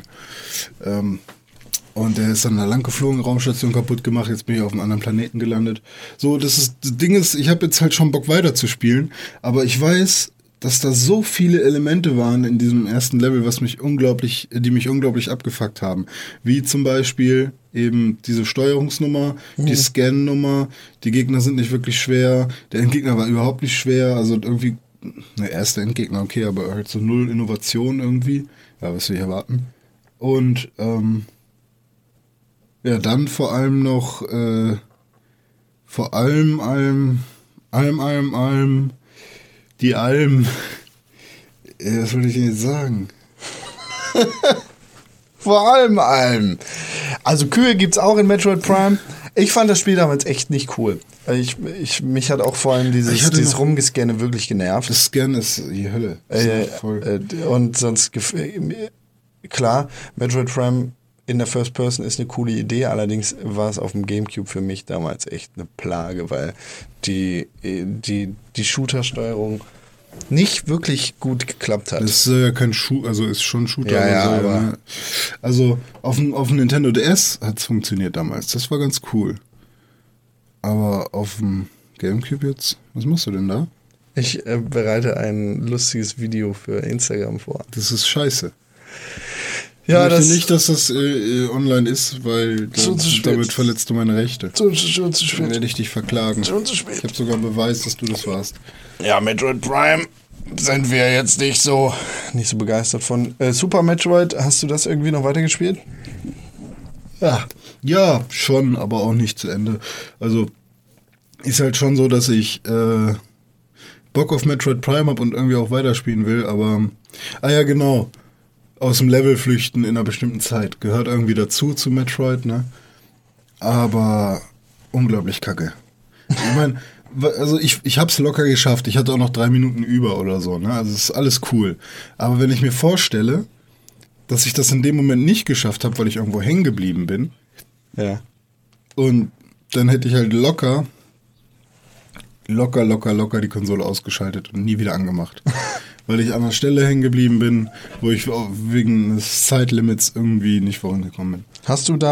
Und der ist dann da lang geflogen, Raumstation kaputt gemacht. Jetzt bin ich auf einem anderen Planeten gelandet. So, das Ding ist, ich habe jetzt halt schon Bock weiterzuspielen. Aber ich weiß, dass da so viele Elemente waren in diesem ersten Level, die mich unglaublich abgefuckt haben. Wie zum Beispiel eben diese Steuerungsnummer, die Scan-Nummer, die Gegner sind nicht wirklich schwer, der Endgegner war überhaupt nicht schwer, also irgendwie, der erste Endgegner, okay, aber halt so null Innovation irgendwie. Ja, was will ich erwarten? Und dann vor allem noch die Alm. Was will ich denn jetzt sagen? Vor allem Alm. Also Kühe gibt's auch in Metroid Prime. Ich fand das Spiel damals echt nicht cool. Mich hat auch vor allem dieses Rumgescanne wirklich genervt. Das Scan ist die Hölle. Und sonst, klar, Metroid Prime in der First Person ist eine coole Idee, allerdings war es auf dem Gamecube für mich damals echt eine Plage, weil die Shooter-Steuerung nicht wirklich gut geklappt hat. Das ist ja kein Shooter, also ist schon Shooter. Ja, aber also auf dem Nintendo DS hat es funktioniert damals, das war ganz cool. Aber auf dem Gamecube jetzt, was machst du denn da? Ich bereite ein lustiges Video für Instagram vor. Das ist scheiße. Ja, ich möchte nicht, dass das online ist, weil damit verletzt du meine Rechte. Schon zu spät. Dann werde ich dich verklagen. Schon zu spät. Ich habe sogar einen Beweis, dass du das warst. Ja, Metroid Prime sind wir jetzt nicht so begeistert von. Super Metroid, hast du das irgendwie noch weitergespielt? Ja, schon, aber auch nicht zu Ende. Also ist halt schon so, dass ich Bock auf Metroid Prime habe und irgendwie auch weiterspielen will, aber ja genau, aus dem Level flüchten in einer bestimmten Zeit gehört irgendwie dazu zu Metroid, ne? Aber unglaublich kacke. Ich meine, also ich hab's locker geschafft. Ich hatte auch noch 3 Minuten über oder so, ne? Also es ist alles cool. Aber wenn ich mir vorstelle, dass ich das in dem Moment nicht geschafft habe, weil ich irgendwo hängen geblieben bin, Ja. und dann hätte ich halt locker die Konsole ausgeschaltet und nie wieder angemacht. Weil ich an einer Stelle hängen geblieben bin, wo ich wegen des Zeitlimits irgendwie nicht vorangekommen bin. Hast du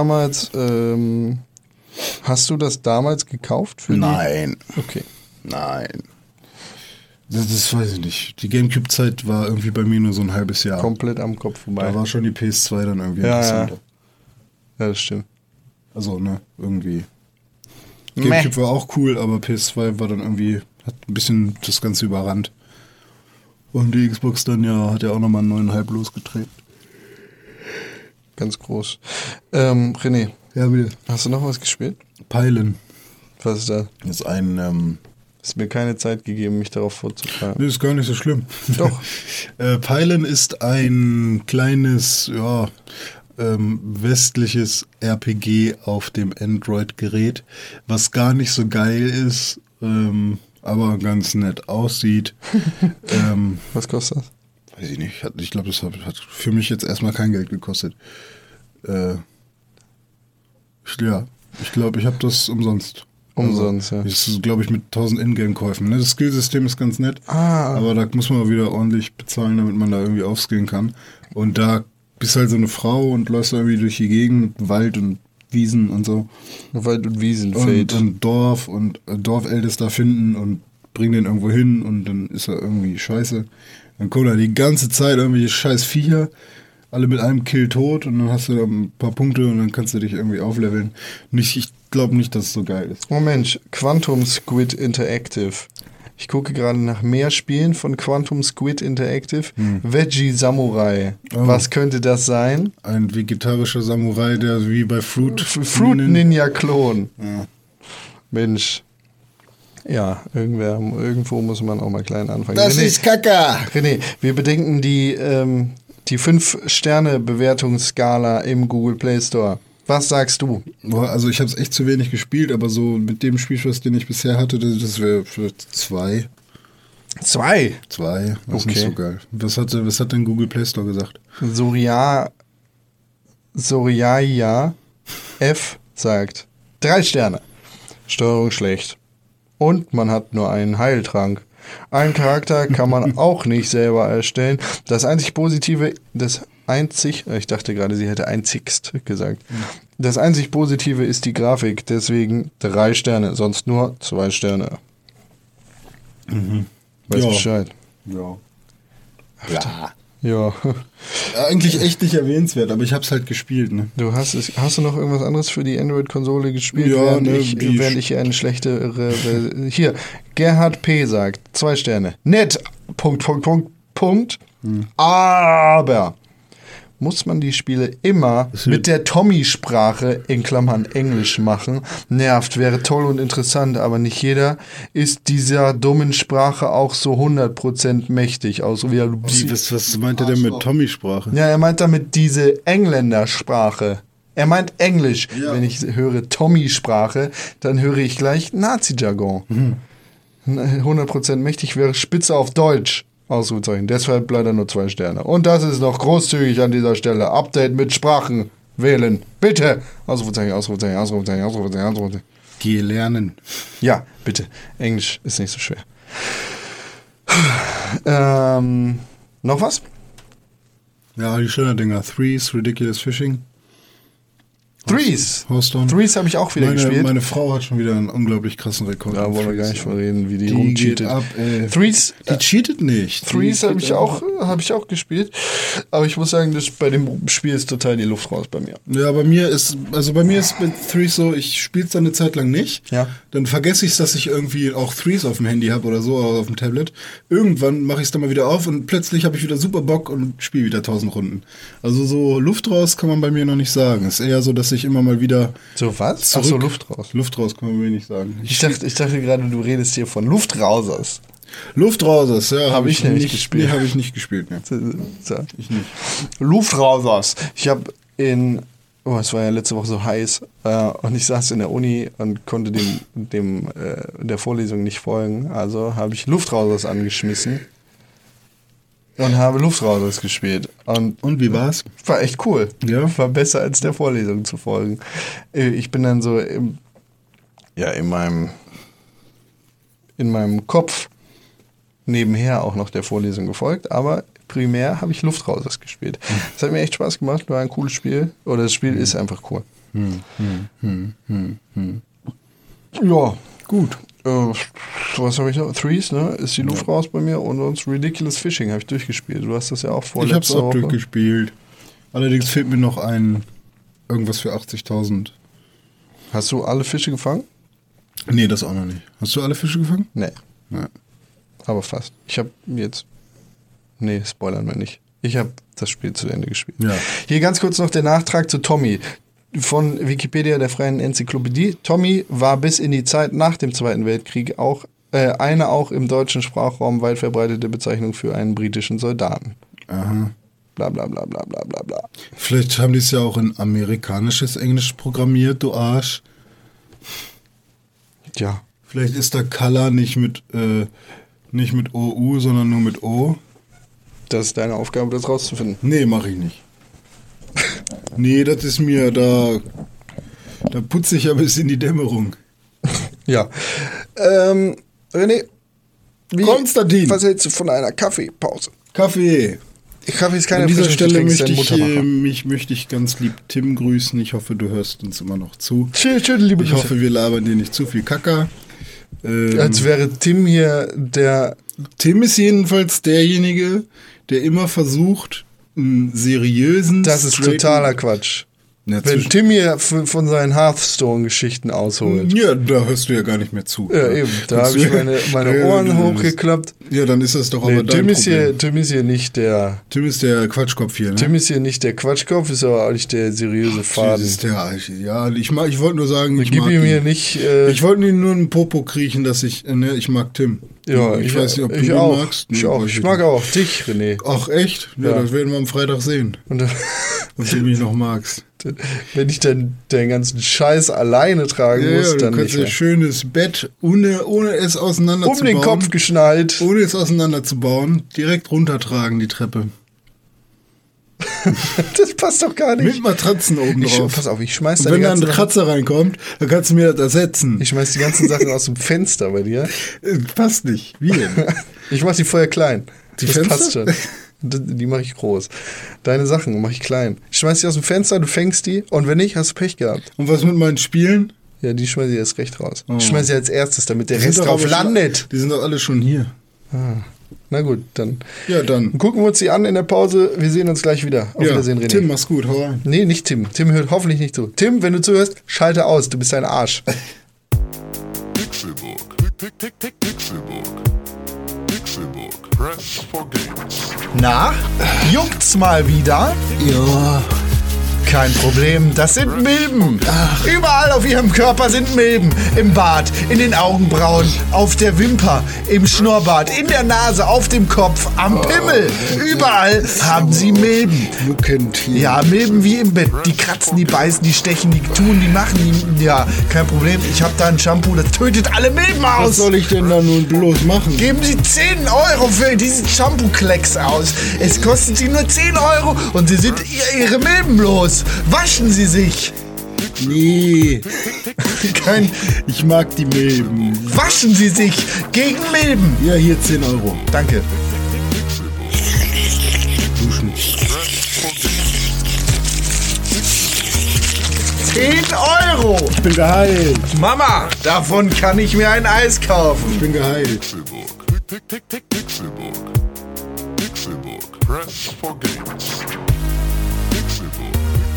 das damals gekauft? Für Nein. Okay. Nein. Das weiß ich nicht. Die Gamecube-Zeit war irgendwie bei mir nur so ein halbes Jahr. Komplett am Kopf vorbei. Da war schon die PS2 dann irgendwie Ja, interessanter. Ja, das stimmt. Also, ne, irgendwie. Gamecube war auch cool, aber PS2 war dann irgendwie, hat ein bisschen das Ganze überrannt. Und die Xbox dann hat ja auch nochmal 9,5 losgetreten. Ganz groß. René, Ja, bitte. hast du noch was gespielt? Peilen. Was ist das? Das ist ein, Ist mir keine Zeit gegeben, mich darauf vorzutragen. nee, ist gar nicht so schlimm. Doch. Peilen ist ein kleines, westliches RPG auf dem Android-Gerät, was gar nicht so geil ist, aber ganz nett aussieht. Was kostet das? Weiß ich nicht. Ich glaube, das hat für mich jetzt erstmal kein Geld gekostet. Ich glaube, ich habe das umsonst. Umsonst, also, ja. Das ist, glaube ich, mit 1000 Ingame-Käufen. Ne? Das Skillsystem ist ganz nett, Ah. aber da muss man wieder ordentlich bezahlen, damit man da irgendwie aufskillen kann. Und da bist halt so eine Frau und läufst irgendwie durch die Gegend, Wald und Wiesen und so. Wald und Wiesen, Und Fate. ein Dorf und Dorfältester finden und bringen den irgendwo hin und dann ist er irgendwie scheiße. Dann kommen da die ganze Zeit irgendwelche scheiß Viecher, alle mit einem Kill tot und dann hast du da ein paar Punkte und dann kannst du dich irgendwie aufleveln. Ich glaube nicht, dass es so geil ist. Oh Mensch, Quantum Squid Interactive. Ich gucke gerade nach mehr Spielen von Quantum Squid Interactive. Veggie Samurai. Oh. Was könnte das sein? Ein vegetarischer Samurai, der wie bei Fruit Ninja Klon. Ja. Mensch. Ja, irgendwo muss man auch mal klein anfangen. Das René, ist Kacke! René, wir bedenken die 5-Sterne-Bewertungsskala im Google Play Store. Was sagst du? Boah, also ich habe es echt zu wenig gespielt, aber so mit dem Spielspaß, den ich bisher hatte, das wäre für 2. 2. 2, das ist Okay. nicht so geil. Was hat denn Google Play Store gesagt? Soriaya F sagt 3 Sterne. Steuerung schlecht. Und man hat nur einen Heiltrank. Einen Charakter kann man auch nicht selber erstellen. Ich dachte gerade, sie hätte einzigst gesagt. Das einzig Positive ist die Grafik, deswegen 3 Sterne, sonst nur 2 Sterne. Weiß Ja. Bescheid. Ja. Ja. Eigentlich echt nicht erwähnenswert, aber ich hab's halt gespielt, ne? Hast du noch irgendwas anderes für die Android-Konsole gespielt, Ja, während, ne, während ich hier eine schlechtere... Hier, Gerhard P. sagt, 2 Sterne. Nett, Punkt. Aber muss man die Spiele immer mit der Tommy-Sprache in Klammern Englisch machen? Nervt, wäre toll und interessant, aber nicht jeder ist dieser dummen Sprache auch so 100% mächtig. Außer wie Was meint er denn mit Tommy-Sprache? ja, er meint damit diese Engländersprache. Er meint Englisch. Ja. Wenn ich höre Tommy-Sprache, dann höre ich gleich Nazi-Jargon. 100% mächtig wäre Spitze auf Deutsch. Ausrufezeichen. Deshalb leider nur 2 Sterne. Und das ist noch großzügig an dieser Stelle. Update mit Sprachen wählen. Bitte. Ausrufezeichen. Geh lernen. Ja, bitte. Englisch ist nicht so schwer. Noch was? Ja, die schönen Dinger. Threes, Ridiculous Fishing. Threes. Hearthstone. Threes habe ich auch wieder gespielt. Meine Frau hat schon wieder einen unglaublich krassen Rekord. Da in wollen wir Threes. gar nicht von reden, wie die Die rumcheatet. geht ab, ey. Threes, Die cheatet nicht. Threes habe ich auch gespielt. Aber ich muss sagen, bei dem Spiel ist total die Luft raus bei mir. Ja, bei mir ist mit Threes so, ich spiele es dann eine Zeit lang nicht. Ja. Dann vergesse ich es, dass ich irgendwie auch Threes auf dem Handy habe oder so, oder auf dem Tablet. Irgendwann mache ich es dann mal wieder auf und plötzlich habe ich wieder super Bock und spiele wieder 1000 Runden. Also so Luft raus kann man bei mir noch nicht sagen. Es ist eher so, dass ich immer mal wieder So was? zurück... Ach so, Luft raus. Luft raus kann man mir nicht sagen. Ich dachte gerade, du redest hier von Luft raus. Luftrausers, ja. Hab ich nämlich gespielt. Nee, habe ich nicht gespielt, ne. So. Ich nicht. Luftrausers. Ich habe es war ja letzte Woche so heiß und ich saß in der Uni und konnte der Vorlesung nicht folgen. Also habe ich Luftrausers angeschmissen und habe Luftrausers gespielt. Und wie war's? war echt cool. Ja? War besser als der Vorlesung zu folgen. Ich bin dann so in meinem Kopf nebenher auch noch der Vorlesung gefolgt, aber primär habe ich Luftrausers gespielt. Das hat mir echt Spaß gemacht, war ein cooles Spiel. Oder das Spiel ist einfach cool. Ja, gut. Was habe ich noch? Threes, ne? Ist die Luft raus bei mir und sonst Ridiculous Fishing habe ich durchgespielt. Du hast das ja auch Ich habe es vorletzte auch Woche. durchgespielt. Allerdings fehlt mir noch irgendwas für 80.000. Hast du alle Fische gefangen? Nee, das auch noch nicht. Hast du alle Fische gefangen? Nee, Ja. aber fast. Ich habe jetzt... Nee, spoilern wir nicht. Ich habe das Spiel zu Ende gespielt. Ja. Hier ganz kurz noch der Nachtrag zu Tommy. Von Wikipedia, der freien Enzyklopädie. Tommy war bis in die Zeit nach dem Zweiten Weltkrieg eine auch im deutschen Sprachraum weit verbreitete Bezeichnung für einen britischen Soldaten. Aha. Bla bla bla bla bla bla bla. Vielleicht haben die es ja auch in amerikanisches Englisch programmiert, du Arsch. Ja. Vielleicht ist da Color nicht mit OU, sondern nur mit O. Das ist deine Aufgabe, das rauszufinden. Nee, mache ich nicht. Nee, das ist mir, da putze ich ja bis in die Dämmerung. Ja. René, Konstantin. was hältst du von einer Kaffeepause? Kaffee. Kaffee ist keine An dieser Erfrischung, Stelle Getränk, ist ein Muttermacher. möchte ich ganz lieb Tim grüßen. Ich hoffe, du hörst uns immer noch zu. Schön, liebe Ich Grüße. hoffe, wir labern dir nicht zu viel Kacker. Als wäre Tim hier der... Tim ist jedenfalls derjenige, der immer versucht, einen seriösen... Das ist totaler Quatsch. Ja, Wenn Tim hier von seinen Hearthstone-Geschichten ausholt. Ja, da hörst du ja gar nicht mehr zu. Ja, eben. Da habe ich meine Ohren hochgeklappt. Ja, dann ist das doch Nee, aber dein Problem. Tim ist hier nicht der... Tim ist der Quatschkopf hier, ne? Tim ist hier nicht der Quatschkopf, ist aber auch nicht der seriöse Faden. Das ist der, ja, ich wollte nur sagen, ich Gib mag ihm hier ihn. nicht... Ich wollte ihm nur einen Popo kriechen, dass ich mag Tim. ja, ich weiß nicht, ob du ihn auch. magst. Nee, Ich auch. weiß Ich nicht. mag auch dich, René. Ach, echt? Ja, Ja. das werden wir am Freitag sehen, Und ob du mich noch magst. wenn ich dann den ganzen Scheiß alleine tragen Ja, muss, du dann kannst nicht ein schönes Bett, ohne es auseinanderzubauen. um den Kopf geschnallt. Ohne es auseinanderzubauen, direkt runtertragen, die Treppe. Das passt doch gar Mit nicht. Matratzen oben drauf. Pass auf, ich schmeiß Und da die wenn da ein ganzen Kratzer reinkommt, dann kannst du mir das ersetzen. Ich schmeiß die ganzen Sachen aus dem Fenster bei dir. Passt nicht. Wie denn? Ich mach die vorher klein. Die das Fenster? passt schon. Die mache ich groß. Deine Sachen mache ich klein. Ich schmeiß die aus dem Fenster, du fängst die und wenn nicht, hast du Pech gehabt. Und was mit meinen Spielen? Ja, die schmeiß ich erst recht raus. Ich schmeiß sie als erstes, damit der Die sind Rest doch drauf aber schon- landet. Die sind doch alle schon hier. Na gut, dann Ja, dann. gucken wir uns die an in der Pause. Wir sehen uns gleich wieder. Auf Wiedersehen, René. Tim, mach's gut. Hau rein. Nee, nicht Tim. Tim hört hoffentlich nicht zu. Tim, wenn du zuhörst, schalte aus. Du bist ein Arsch. Pixelburg. Pixelburg. Pixelburg. Press for Games. Na, juckt's mal wieder? Ja. Kein Problem, das sind Milben. Überall auf ihrem Körper sind Milben. Im Bart, in den Augenbrauen, auf der Wimper, im Schnurrbart, in der Nase, auf dem Kopf, am Pimmel. Überall haben sie Milben. Muckentier. Ja, Milben wie im Bett. Die kratzen, die beißen, die stechen, die tun, die machen. Ja, kein Problem. Ich habe da ein Shampoo, das tötet alle Milben Was aus. soll ich denn da nun bloß machen? Geben Sie 10 Euro für diesen Shampoo-Klecks aus. Es kostet Sie nur 10 Euro und Sie sind Ihre Milben los. Waschen Sie sich. Nee. Kein Ich mag die Milben. Waschen Sie sich gegen Milben. Ja, hier 10 Euro. Danke. Duschen. 10 Euro. Ich bin geheilt. Mama, davon kann ich mir ein Eis kaufen. Ich bin geheilt. Pixelburg. Pixelburg. Pixelburg. Press for Games. Pixelburg.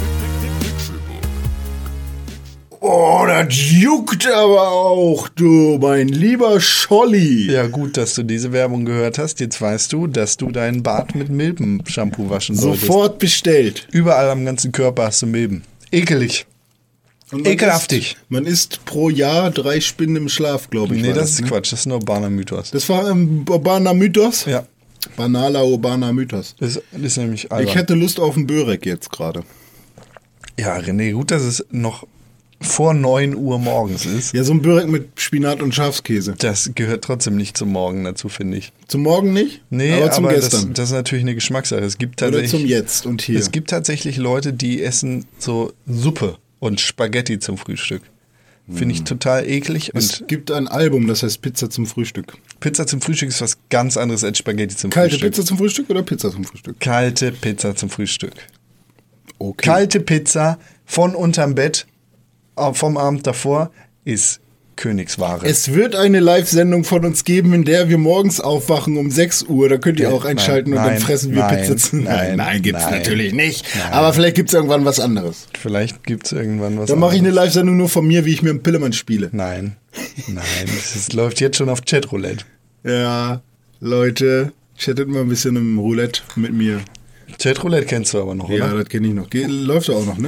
Oh, das juckt aber auch, du, mein lieber Scholli. Ja, gut, dass du diese Werbung gehört hast. Jetzt weißt du, dass du deinen Bart mit Milben-Shampoo waschen solltest. Sofort bestellt. Überall am ganzen Körper hast du Milben. Ekelig. Und Ekelhaftig. Man isst pro Jahr 3 Spinnen im Schlaf, glaube ich. Nee, war das ist ne? Quatsch. Das ist nur urbaner Mythos. Das war ein urbaner Mythos? Ja. Banaler urbaner Mythos. Das ist nämlich albern. Ich hätte Lust auf einen Börek jetzt gerade. Ja, René, gut, dass es noch vor 9 Uhr morgens ist. Ja, so ein Börek mit Spinat und Schafskäse. Das gehört trotzdem nicht zum Morgen dazu, finde ich. Zum Morgen nicht? Nee, aber zum aber gestern. das ist natürlich eine Geschmackssache. Es gibt Oder tatsächlich, zum Jetzt und hier. Es gibt tatsächlich Leute, die essen so Suppe und Spaghetti zum Frühstück. Finde ich total eklig. Es Und gibt ein Album, das heißt Pizza zum Frühstück. Pizza zum Frühstück ist was ganz anderes als Spaghetti zum Kalte Frühstück. Pizza zum Frühstück oder Pizza zum Frühstück? Kalte Pizza zum Frühstück. Okay. Kalte Pizza von unterm Bett vom Abend davor ist Königsware. Es wird eine Live-Sendung von uns geben, in der wir morgens aufwachen um 6 Uhr. Da könnt ihr auch einschalten und dann fressen wir Pizza zu. Nein, gibt's natürlich nicht. Aber vielleicht gibt's irgendwann was anderes. Vielleicht gibt es irgendwann was Dann mache ich eine anderes. Live-Sendung nur von mir, wie ich mir einen Pillemann spiele. Nein, es läuft jetzt schon auf Chatroulette. Ja, Leute, chattet mal ein bisschen im Roulette mit mir. Chatroulette kennst du aber noch, Ja, oder? das kenne ich noch. Läuft doch auch noch, ne?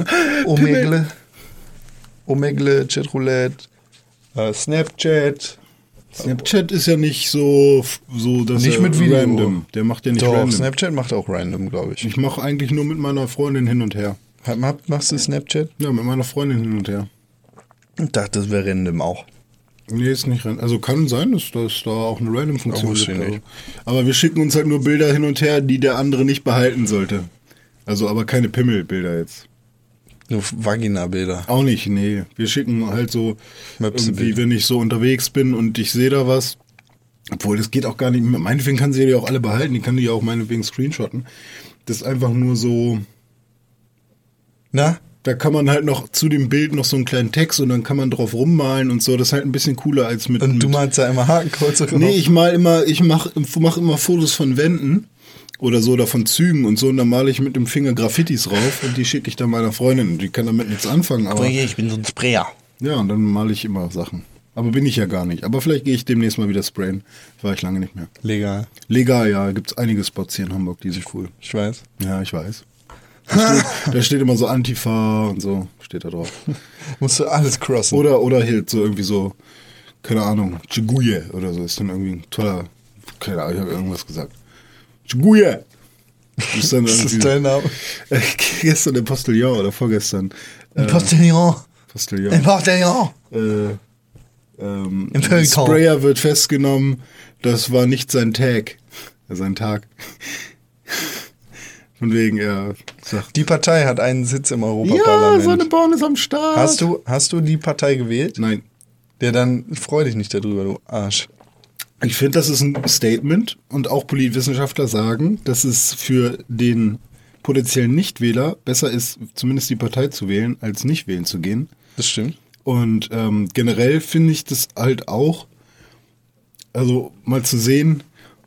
Omegle, Chatroulette, Snapchat. Snapchat ist ja nicht so dass Nicht er mit Video. random. Der macht ja nicht Doch, random. Snapchat macht auch random, glaube ich. Ich mache eigentlich nur mit meiner Freundin hin und her. Machst du Snapchat? Ja, mit meiner Freundin hin und her. Ich dachte, das wäre random auch. Nee, ist nicht random. Also kann sein, dass da auch eine Random-Funktion wusste ich gibt. nicht. Aber wir schicken uns halt nur Bilder hin und her, die der andere nicht behalten sollte. Also aber keine Pimmelbilder jetzt. Nur Vagina-Bilder. Auch nicht, nee. Wir schicken halt so Möpse-Bilder. irgendwie, wenn ich so unterwegs bin und ich sehe da was. Obwohl, das geht auch gar nicht. Meinetwegen kann sie die auch alle behalten. Die kann die ja auch meinetwegen screenshotten. Das ist einfach nur so. Na? Da kann man halt noch zu dem Bild noch so einen kleinen Text und dann kann man drauf rummalen und so. Das ist halt ein bisschen cooler als mit. Und du malst da immer Hakenkreuze drauf? Nee, ich mach immer Fotos von Wänden oder so oder von Zügen und so und dann male ich mit dem Finger Graffitis rauf und die schicke ich dann meiner Freundin und die kann damit nichts anfangen. Aber Ich bin so ein Sprayer. ja, und dann male ich immer Sachen. Aber bin ich ja gar nicht. Aber vielleicht gehe ich demnächst mal wieder sprayen. War ich lange nicht mehr. Legal. Legal, ja, gibt's einige Spots hier in Hamburg, die sind cool. Ich weiß. Ja, ich weiß. Da steht immer so Antifa und so, steht da drauf. Musst du alles crossen. Oder halt so irgendwie so, keine Ahnung, Chiguye oder so, ist dann irgendwie ein toller, keine Ahnung, ich habe irgendwas gesagt. Chiguye! Ist dann Das ist irgendwie, dein Name. gestern der Postillon oder vorgestern. Postillon. Postillon. Postillon. Ein Feuilleton. Sprayer wird festgenommen, das war nicht sein Tag. Sein Tag. Von wegen, er sagt, Die Partei hat einen Sitz im ja, Europaparlament. Sonneborn ist am Start. Hast du die Partei gewählt? Nein. Ja, dann freu dich nicht darüber, du Arsch. Ich finde, das ist ein Statement und auch Politwissenschaftler sagen, dass es für den potenziellen Nichtwähler besser ist, zumindest die Partei zu wählen, als nicht wählen zu gehen. Das stimmt. Und generell finde ich das halt auch, also mal zu sehen,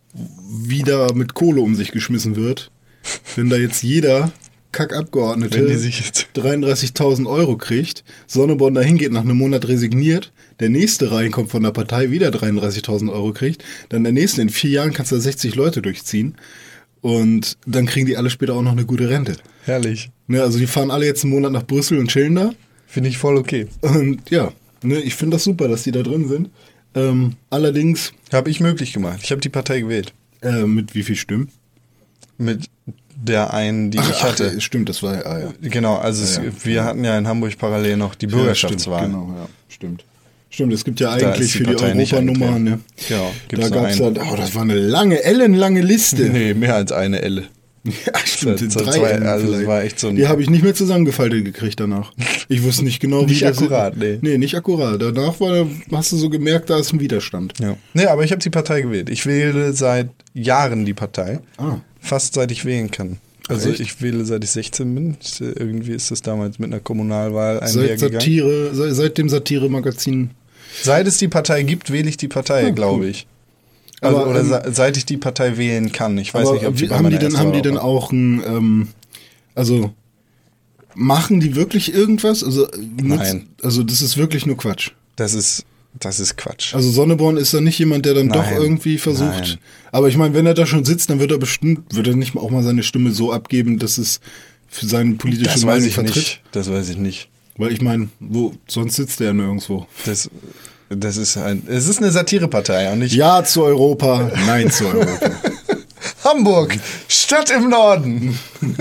wie da mit Kohle um sich geschmissen wird, wenn da jetzt jeder Kackabgeordnete Wenn die sich jetzt 33.000 Euro kriegt, Sonneborn dahin geht, nach einem Monat resigniert, der nächste reinkommt von der Partei, wieder 33.000 Euro kriegt, dann der nächste, in 4 Jahren kannst du da 60 Leute durchziehen und dann kriegen die alle später auch noch eine gute Rente. herrlich. Ne, also die fahren alle jetzt einen Monat nach Brüssel und chillen da. Finde ich voll okay. Und ja, ne, ich finde das super, dass die da drin sind. Allerdings, Habe ich möglich gemacht. Ich habe die Partei gewählt. mit wie viel Stimmen? Mit der einen, die ich hatte. Stimmt, das war ja. Genau, also wir hatten ja in Hamburg parallel noch die Bürgerschaftswahl. Ja, stimmt, genau, ja, stimmt. Stimmt, es gibt ja Da eigentlich ist die für die Partei nicht Europanummer, ne? eingetreten. Genau, gibt's Da nur gab's einen. da, das war eine lange, ellenlange Liste. Nee, mehr als eine Elle. Ja, stimmt, So 3 zwei, Ellen also das vielleicht. war echt so ein- Die habe ich nicht mehr zusammengefaltet gekriegt danach. Ich wusste nicht genau, wie Nicht das akkurat, nee. Nee, nicht akkurat. Danach hast du so gemerkt, da ist ein Widerstand. Ja. Nee, aber ich habe die Partei gewählt. Ich wähle seit Jahren die Partei. Ah. Fast seit ich wählen kann. Also echt? ich wähle seit ich 16 bin. Irgendwie ist das damals mit einer Kommunalwahl Seit einhergegangen. seit dem Satire-Magazin. Seit es die Partei gibt, wähle ich die Partei, Ah, glaube cool. ich. Also, Aber, oder seit ich die Partei wählen kann. Ich weiß Aber nicht, ob die bei haben meiner die denn, ersten haben die Wahl denn war. auch ein, also machen die wirklich irgendwas? Also, Nein. Also das ist wirklich nur Quatsch. Das ist Quatsch. Also Sonneborn ist da nicht jemand, der dann doch Nein. irgendwie versucht. Nein. Aber ich meine, wenn er da schon sitzt, dann wird er nicht auch mal seine Stimme so abgeben, dass es für seine politische das weiß Meinung ich vertritt. nicht. Das weiß ich nicht. Weil ich meine, wo sonst sitzt der ja nirgendwo. Es ist eine Satirepartei und nicht Ja zu Europa, nein zu Europa. Hamburg, Stadt im Norden.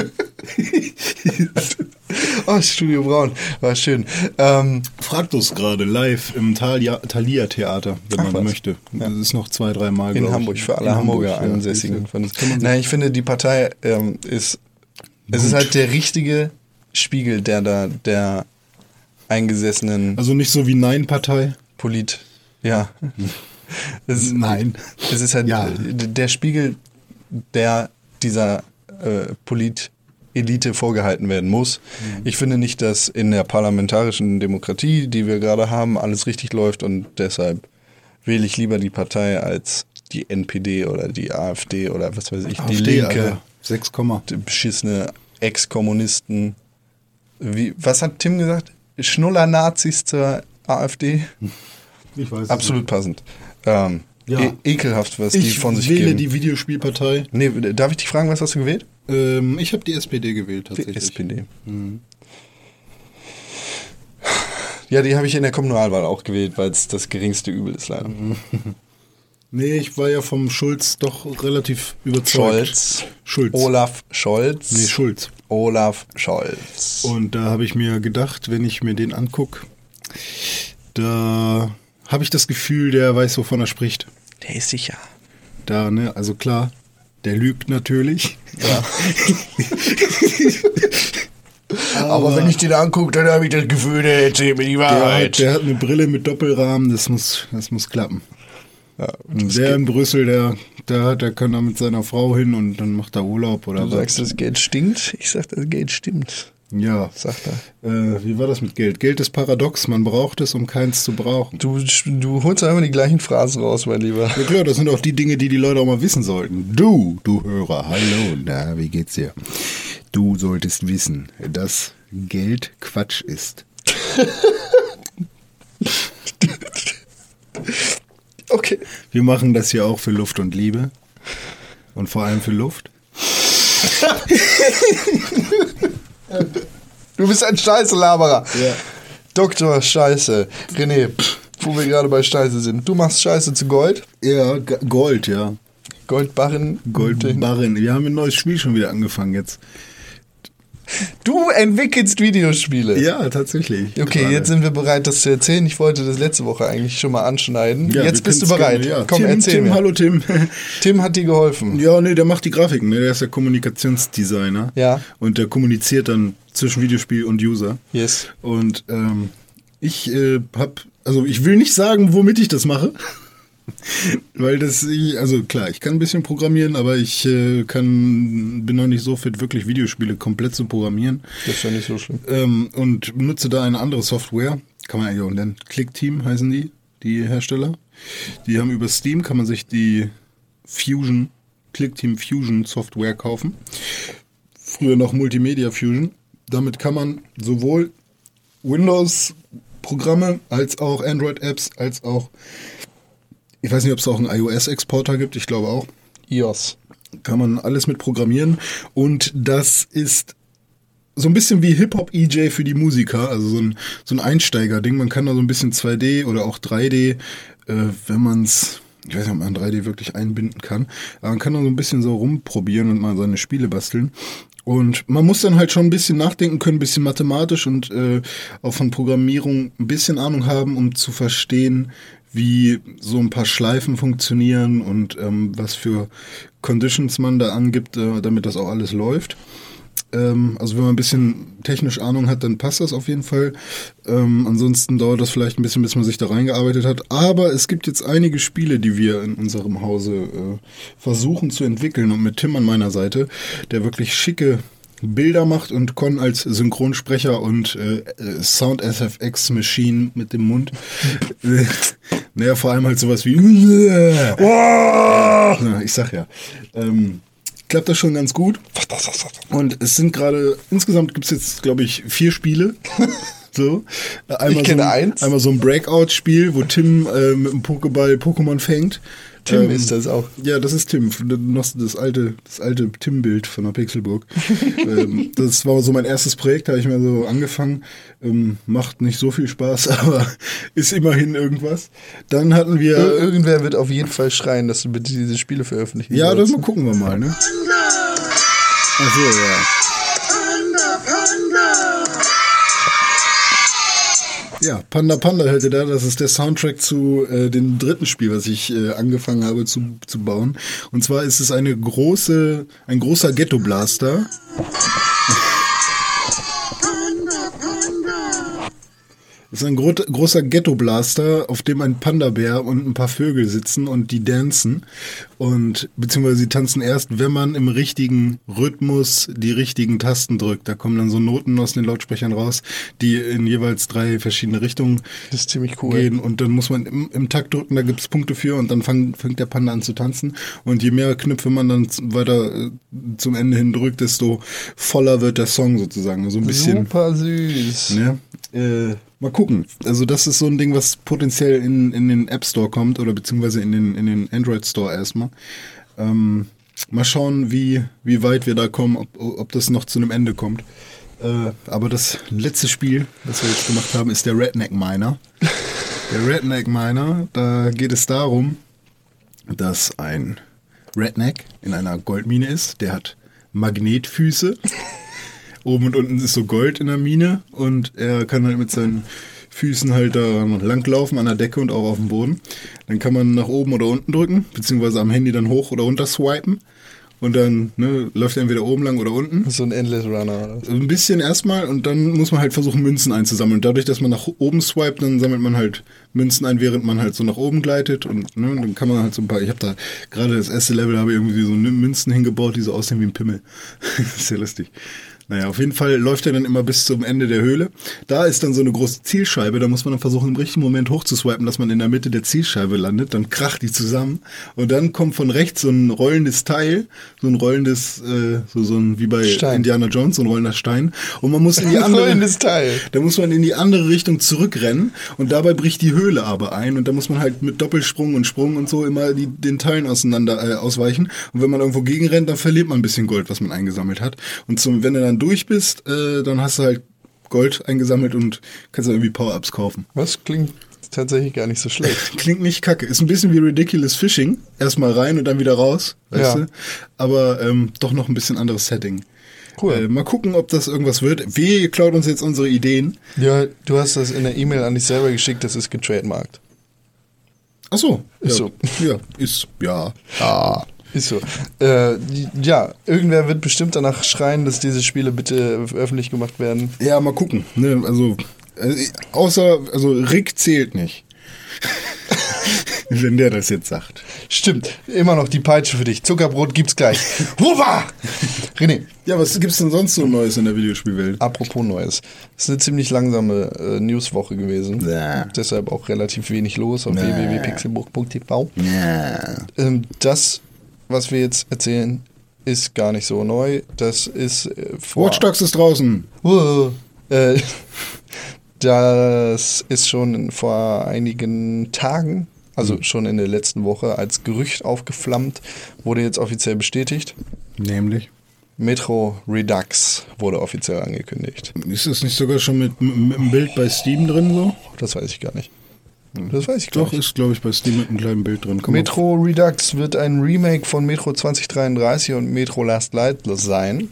Oh, Studio Braun, war schön. Fragt uns gerade live im Thalia-Theater, wenn man möchte. Das ist noch 2-3 Mal, In glaub ich. Hamburg, für alle Hamburger Ansässigen. Ja. Nein, ich finde, die Partei ist halt der richtige Spiegel der eingesessenen Also nicht so wie Nein-Partei? Ja. Nein. Es ist halt Ja. der Spiegel, der dieser Elite vorgehalten werden muss. Ich finde nicht, dass in der parlamentarischen Demokratie, die wir gerade haben, alles richtig läuft und deshalb wähle ich lieber die Partei als die NPD oder die AfD oder was weiß ich, die Linke, Alter, 6, die beschissene Ex-Kommunisten. Was hat Tim gesagt? Schnuller-Nazis zur AfD? ich weiß es Absolut passend. Ja. Ekelhaft, was nicht. die von sich Ich wähle geben. die Videospielpartei. Nee, darf ich dich fragen, was hast du gewählt? Ich habe die SPD gewählt, Die tatsächlich. SPD. Ja, die habe ich in der Kommunalwahl auch gewählt, weil es das geringste Übel ist leider. Nee, ich war ja vom Schulz doch relativ überzeugt. Schulz. Olaf Scholz. Nee, Schulz. Olaf Scholz. Und da habe ich mir gedacht, wenn ich mir den angucke, da habe ich das Gefühl, der weiß, wovon er spricht. Der ist sicher. Da, ne, also klar, der lügt natürlich. Ja. Aber wenn ich den angucke, dann habe ich das Gefühl, der erzählt mir die Wahrheit. Der hat eine Brille mit Doppelrahmen, das muss klappen. Ja, Und der in Brüssel, der kann da mit seiner Frau hin und dann macht er Urlaub oder du was. sagst, das Geld stinkt. Ich sag, das Geld stimmt. Ja. Sagt er. Wie war das mit Geld? Geld ist paradox, man braucht es, um keins zu brauchen. Du holst einfach die gleichen Phrasen raus, mein Lieber. Ja klar, das sind auch die Dinge, die Leute auch mal wissen sollten. Du Hörer, hallo, na, wie geht's dir? Du solltest wissen, dass Geld Quatsch ist. Okay. Wir machen das hier auch für Luft und Liebe. Und vor allem für Luft. Du bist ein Scheiße-Laberer. Ja. Doktor Scheiße. René, wo wir gerade bei Scheiße sind. Du machst Scheiße zu Gold. Ja, Gold, ja. Goldbarren. Goldbarren. Wir haben ein neues Spiel schon wieder angefangen jetzt. Du entwickelst Videospiele. Ja, tatsächlich. Okay, Gerade. jetzt sind wir bereit, das zu erzählen. Ich wollte das letzte Woche eigentlich schon mal anschneiden. Ja, jetzt wir bist du können's bereit. gerne, ja. Komm, erzähl Tim, mir. hallo Tim. Tim hat dir geholfen. Ja, nee, der macht die Grafiken, ne? Der ist der Kommunikationsdesigner. Ja. Und der kommuniziert dann zwischen Videospiel und User. Yes. Und ich will nicht sagen, womit ich das mache. Weil also klar, ich kann ein bisschen programmieren, aber ich bin noch nicht so fit, wirklich Videospiele komplett zu programmieren. Das ist ja nicht so schlimm. Und nutze da eine andere Software. Kann man eigentlich auch nennen. Clickteam heißen die Hersteller. Die haben über Steam, kann man sich die Clickteam Fusion Software kaufen. Früher noch Multimedia Fusion. Damit kann man sowohl Windows-Programme als auch Android-Apps, als auch, ich weiß nicht, ob es auch einen iOS-Exporter gibt, ich glaube auch. iOS. Kann man alles mit programmieren. Und das ist so ein bisschen wie Hip-Hop-EJ für die Musiker, also so ein Einsteiger-Ding. Man kann da so ein bisschen 2D oder auch 3D, wenn man es, ich weiß nicht, ob man 3D wirklich einbinden kann, aber man kann da so ein bisschen so rumprobieren und mal seine Spiele basteln. Und man muss dann halt schon ein bisschen nachdenken können, ein bisschen mathematisch und auch von Programmierung ein bisschen Ahnung haben, um zu verstehen, wie so ein paar Schleifen funktionieren und was für Conditions man da angibt, damit das auch alles läuft. Also wenn man ein bisschen technisch Ahnung hat, dann passt das auf jeden Fall. Ansonsten dauert das vielleicht ein bisschen, bis man sich da reingearbeitet hat. Aber es gibt jetzt einige Spiele, die wir in unserem Hause versuchen zu entwickeln. Und mit Tim an meiner Seite, der wirklich schicke Bilder macht und Con als Synchronsprecher und Sound SFX Machine mit dem Mund. Naja, vor allem halt sowas wie ja, ich sag ja. Klappt das schon ganz gut. Und es sind gerade, insgesamt gibt es jetzt, glaube ich, 4 Spiele. So. Ich kenne eins. Einmal so ein Breakout-Spiel, wo Tim mit dem Pokéball Pokémon fängt. Tim ist das auch. Ja, das ist Tim. Noch das alte Tim-Bild von der Pixelburg. Das war so mein erstes Projekt, da habe ich mir so angefangen. Macht nicht so viel Spaß, aber ist immerhin irgendwas. Dann hatten wir... Irgendwer wird auf jeden Fall schreien, dass du bitte diese Spiele veröffentlichen Ja, das sollst. gucken wir mal, ne? Achso, ja. Ja, Panda Panda hört ihr da, das ist der Soundtrack zu dem dritten Spiel, was ich angefangen habe zu bauen. Und zwar ist es ein großer Ghetto-Blaster. Das ist ein großer Ghetto-Blaster, auf dem ein Panda-Bär und ein paar Vögel sitzen und die dancen. Beziehungsweise sie tanzen erst, wenn man im richtigen Rhythmus die richtigen Tasten drückt. Da kommen dann so Noten aus den Lautsprechern raus, die in jeweils 3 verschiedene Richtungen Das ist ziemlich cool. gehen. Und dann muss man im Takt drücken, da gibt's Punkte für und dann fängt der Panda an zu tanzen. Und je mehr Knöpfe man dann weiter zum Ende hin drückt, desto voller wird der Song sozusagen. So ein bisschen. Super süß. Ne? Mal gucken. Also das ist so ein Ding, was potenziell in den App Store kommt oder beziehungsweise in den Android Store erstmal. Mal schauen, wie weit wir da kommen, ob das noch zu einem Ende kommt. Aber das letzte Spiel, das wir jetzt gemacht haben, ist der Redneck Miner. Der Redneck Miner, da geht es darum, dass ein Redneck in einer Goldmine ist. Der hat Magnetfüße. Oben und unten ist so Gold in der Mine und er kann halt mit seinen Füßen halt da langlaufen an der Decke und auch auf dem Boden. Dann kann man nach oben oder unten drücken, beziehungsweise am Handy dann hoch oder runter swipen und dann läuft er entweder oben lang oder unten. So ein Endless Runner oder so. Ein bisschen erstmal und dann muss man halt versuchen, Münzen einzusammeln. Und dadurch, dass man nach oben swipet, dann sammelt man halt Münzen ein, während man halt so nach oben gleitet. Und dann kann man halt so ein paar, ich habe da gerade das erste Level, habe ich irgendwie so Münzen hingebaut, die so aussehen wie ein Pimmel. Sehr lustig. Naja, auf jeden Fall läuft er dann immer bis zum Ende der Höhle. Da ist dann so eine große Zielscheibe, da muss man dann versuchen, im richtigen Moment hochzuswipen, dass man in der Mitte der Zielscheibe landet, dann kracht die zusammen und dann kommt von rechts so ein rollendes Teil, so ein rollendes, so ein, wie bei Stein. Indiana Jones, so ein rollender Stein und man muss in die andere, Rollendes Teil. da muss man in die andere Richtung zurückrennen und dabei bricht die Höhle aber ein und da muss man halt mit Doppelsprung und Sprung und so immer den Teilen ausweichen und wenn man irgendwo gegenrennt, dann verliert man ein bisschen Gold, was man eingesammelt hat und wenn du dann durch bist, dann hast du halt Gold eingesammelt und kannst dann irgendwie Power-Ups kaufen. Was klingt tatsächlich gar nicht so schlecht. Klingt nicht kacke. Ist ein bisschen wie Ridiculous Fishing. Erstmal rein und dann wieder raus, weißt Ja. du? Aber doch noch ein bisschen anderes Setting. Cool. Mal gucken, ob das irgendwas wird. Ihr klaut uns jetzt unsere Ideen. Ja, du hast das in der E-Mail an dich selber geschickt, das ist getrademarkt. Ach so. Ist ja. so. Ja, ist, ja. Ist so. Ja, irgendwer wird bestimmt danach schreien, dass diese Spiele bitte öffentlich gemacht werden. Ja, mal gucken. Ne? Also Rick zählt nicht. Wenn der das jetzt sagt. Stimmt, immer noch die Peitsche für dich. Zuckerbrot gibt's gleich. Hurra! René, Ja, was gibt's denn sonst so Neues in der Videospielwelt? apropos Neues. Es ist eine ziemlich langsame Newswoche gewesen. Ja. Deshalb auch relativ wenig los auf Ja. www.pixelburg.tv. Ja. Das, was wir jetzt erzählen, ist gar nicht so neu. Das ist vor... Watch Dogs ist draußen. Das ist schon vor einigen Tagen, also schon in der letzten Woche, als Gerücht aufgeflammt, wurde jetzt offiziell bestätigt. Nämlich? Metro Redux wurde offiziell angekündigt. Ist das nicht sogar schon mit einem Bild bei Steam drin so? Das weiß ich gar nicht. Das weiß ich gar Doch, nicht. ist glaube ich bei Steam mit einem kleinen Bild drin. Komm Metro Redux wird ein Remake von Metro 2033 und Metro Last Light sein.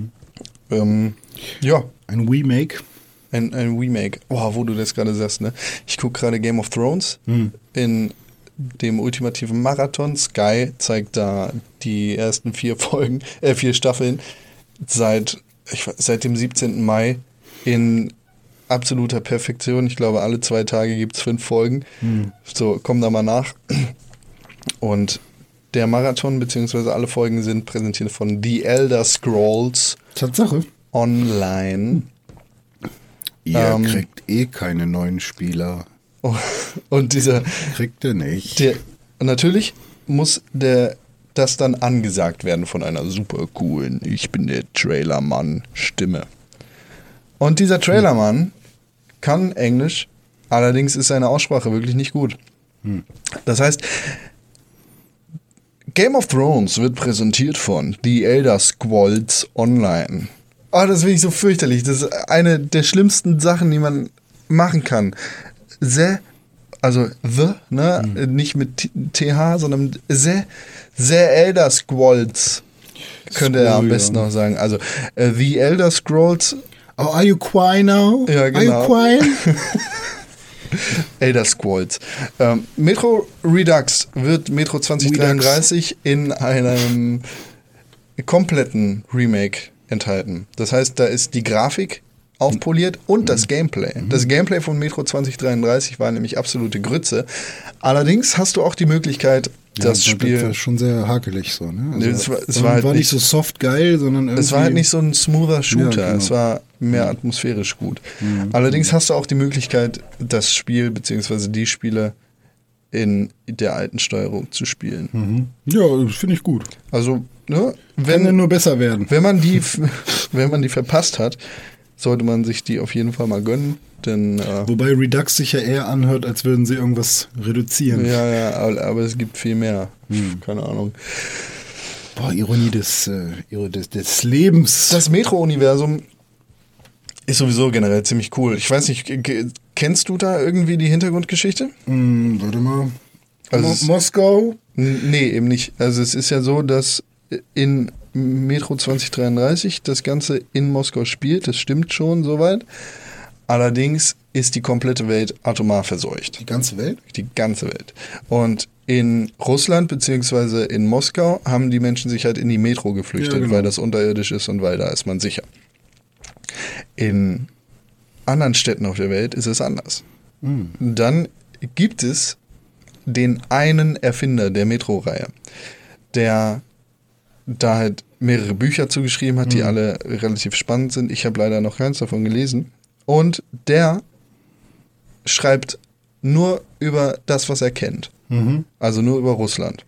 Ja, ein Remake. ein Remake. Oh, wo du das gerade sagst, ne? Ich gucke gerade Game of Thrones in dem ultimativen Marathon. Sky zeigt da die ersten 4 Staffeln seit dem 17. Mai in absoluter Perfektion. Ich glaube, alle 2 Tage gibt es 5 Folgen. So, komm da mal nach. Und der Marathon, beziehungsweise alle Folgen sind präsentiert von The Elder Scrolls Tatsache. Online. Ihr kriegt keine neuen Spieler. Und dieser, Kriegt ihr nicht. natürlich muss das dann angesagt werden von einer super coolen, ich bin der Trailermann Stimme. Und dieser Trailermann kann Englisch, allerdings ist seine Aussprache wirklich nicht gut. Das heißt, Game of Thrones wird präsentiert von The Elder Scrolls Online. Oh, das finde ich so fürchterlich. Das ist eine der schlimmsten Sachen, die man machen kann. Nicht mit TH, sondern The Elder Scrolls. Könnte er am besten noch sagen. Also, The Elder Scrolls. Oh, are you quiet now? Ja, genau. Are you quiet? Elder Scrolls. Metro Redux wird Metro 2033 in einem kompletten Remake enthalten. Das heißt, da ist die Grafik aufpoliert und das Gameplay. Das Gameplay von Metro 2033 war nämlich absolute Grütze. Allerdings hast du auch die Möglichkeit, das Spiel... Das war schon sehr hakelig so, ne? Also es war halt nicht so soft geil, sondern irgendwie... Es war halt nicht so ein smoother Shooter, Ja, genau. Es war mehr atmosphärisch gut. Allerdings hast du auch die Möglichkeit, das Spiel bzw. die Spiele in der alten Steuerung zu spielen. Ja, finde ich gut. Also, ne, Kann ja nur besser werden. wenn man die verpasst hat, sollte man sich die auf jeden Fall mal gönnen, denn Wobei Redux sich ja eher anhört, als würden sie irgendwas reduzieren. ja, aber es gibt viel mehr. Keine Ahnung. Boah, Ironie des Lebens. Das Metro-Universum ist sowieso generell ziemlich cool. Ich weiß nicht, kennst du da irgendwie die Hintergrundgeschichte? Warte mal. Also Moskau? Nee, eben nicht. Also es ist ja so, dass in Metro 2033 das Ganze in Moskau spielt. Das stimmt schon soweit. Allerdings ist die komplette Welt atomar verseucht. Die ganze Welt? Die ganze Welt. Und in Russland bzw. in Moskau haben die Menschen sich halt in die Metro geflüchtet, Ja, genau. weil das unterirdisch ist und weil da ist man sicher. In anderen Städten auf der Welt ist es anders. Dann gibt es den einen Erfinder der Metro-Reihe, der da halt mehrere Bücher zugeschrieben hat, die alle relativ spannend sind. Ich habe leider noch keins davon gelesen. Und der schreibt nur über das, was er kennt. Also nur über Russland.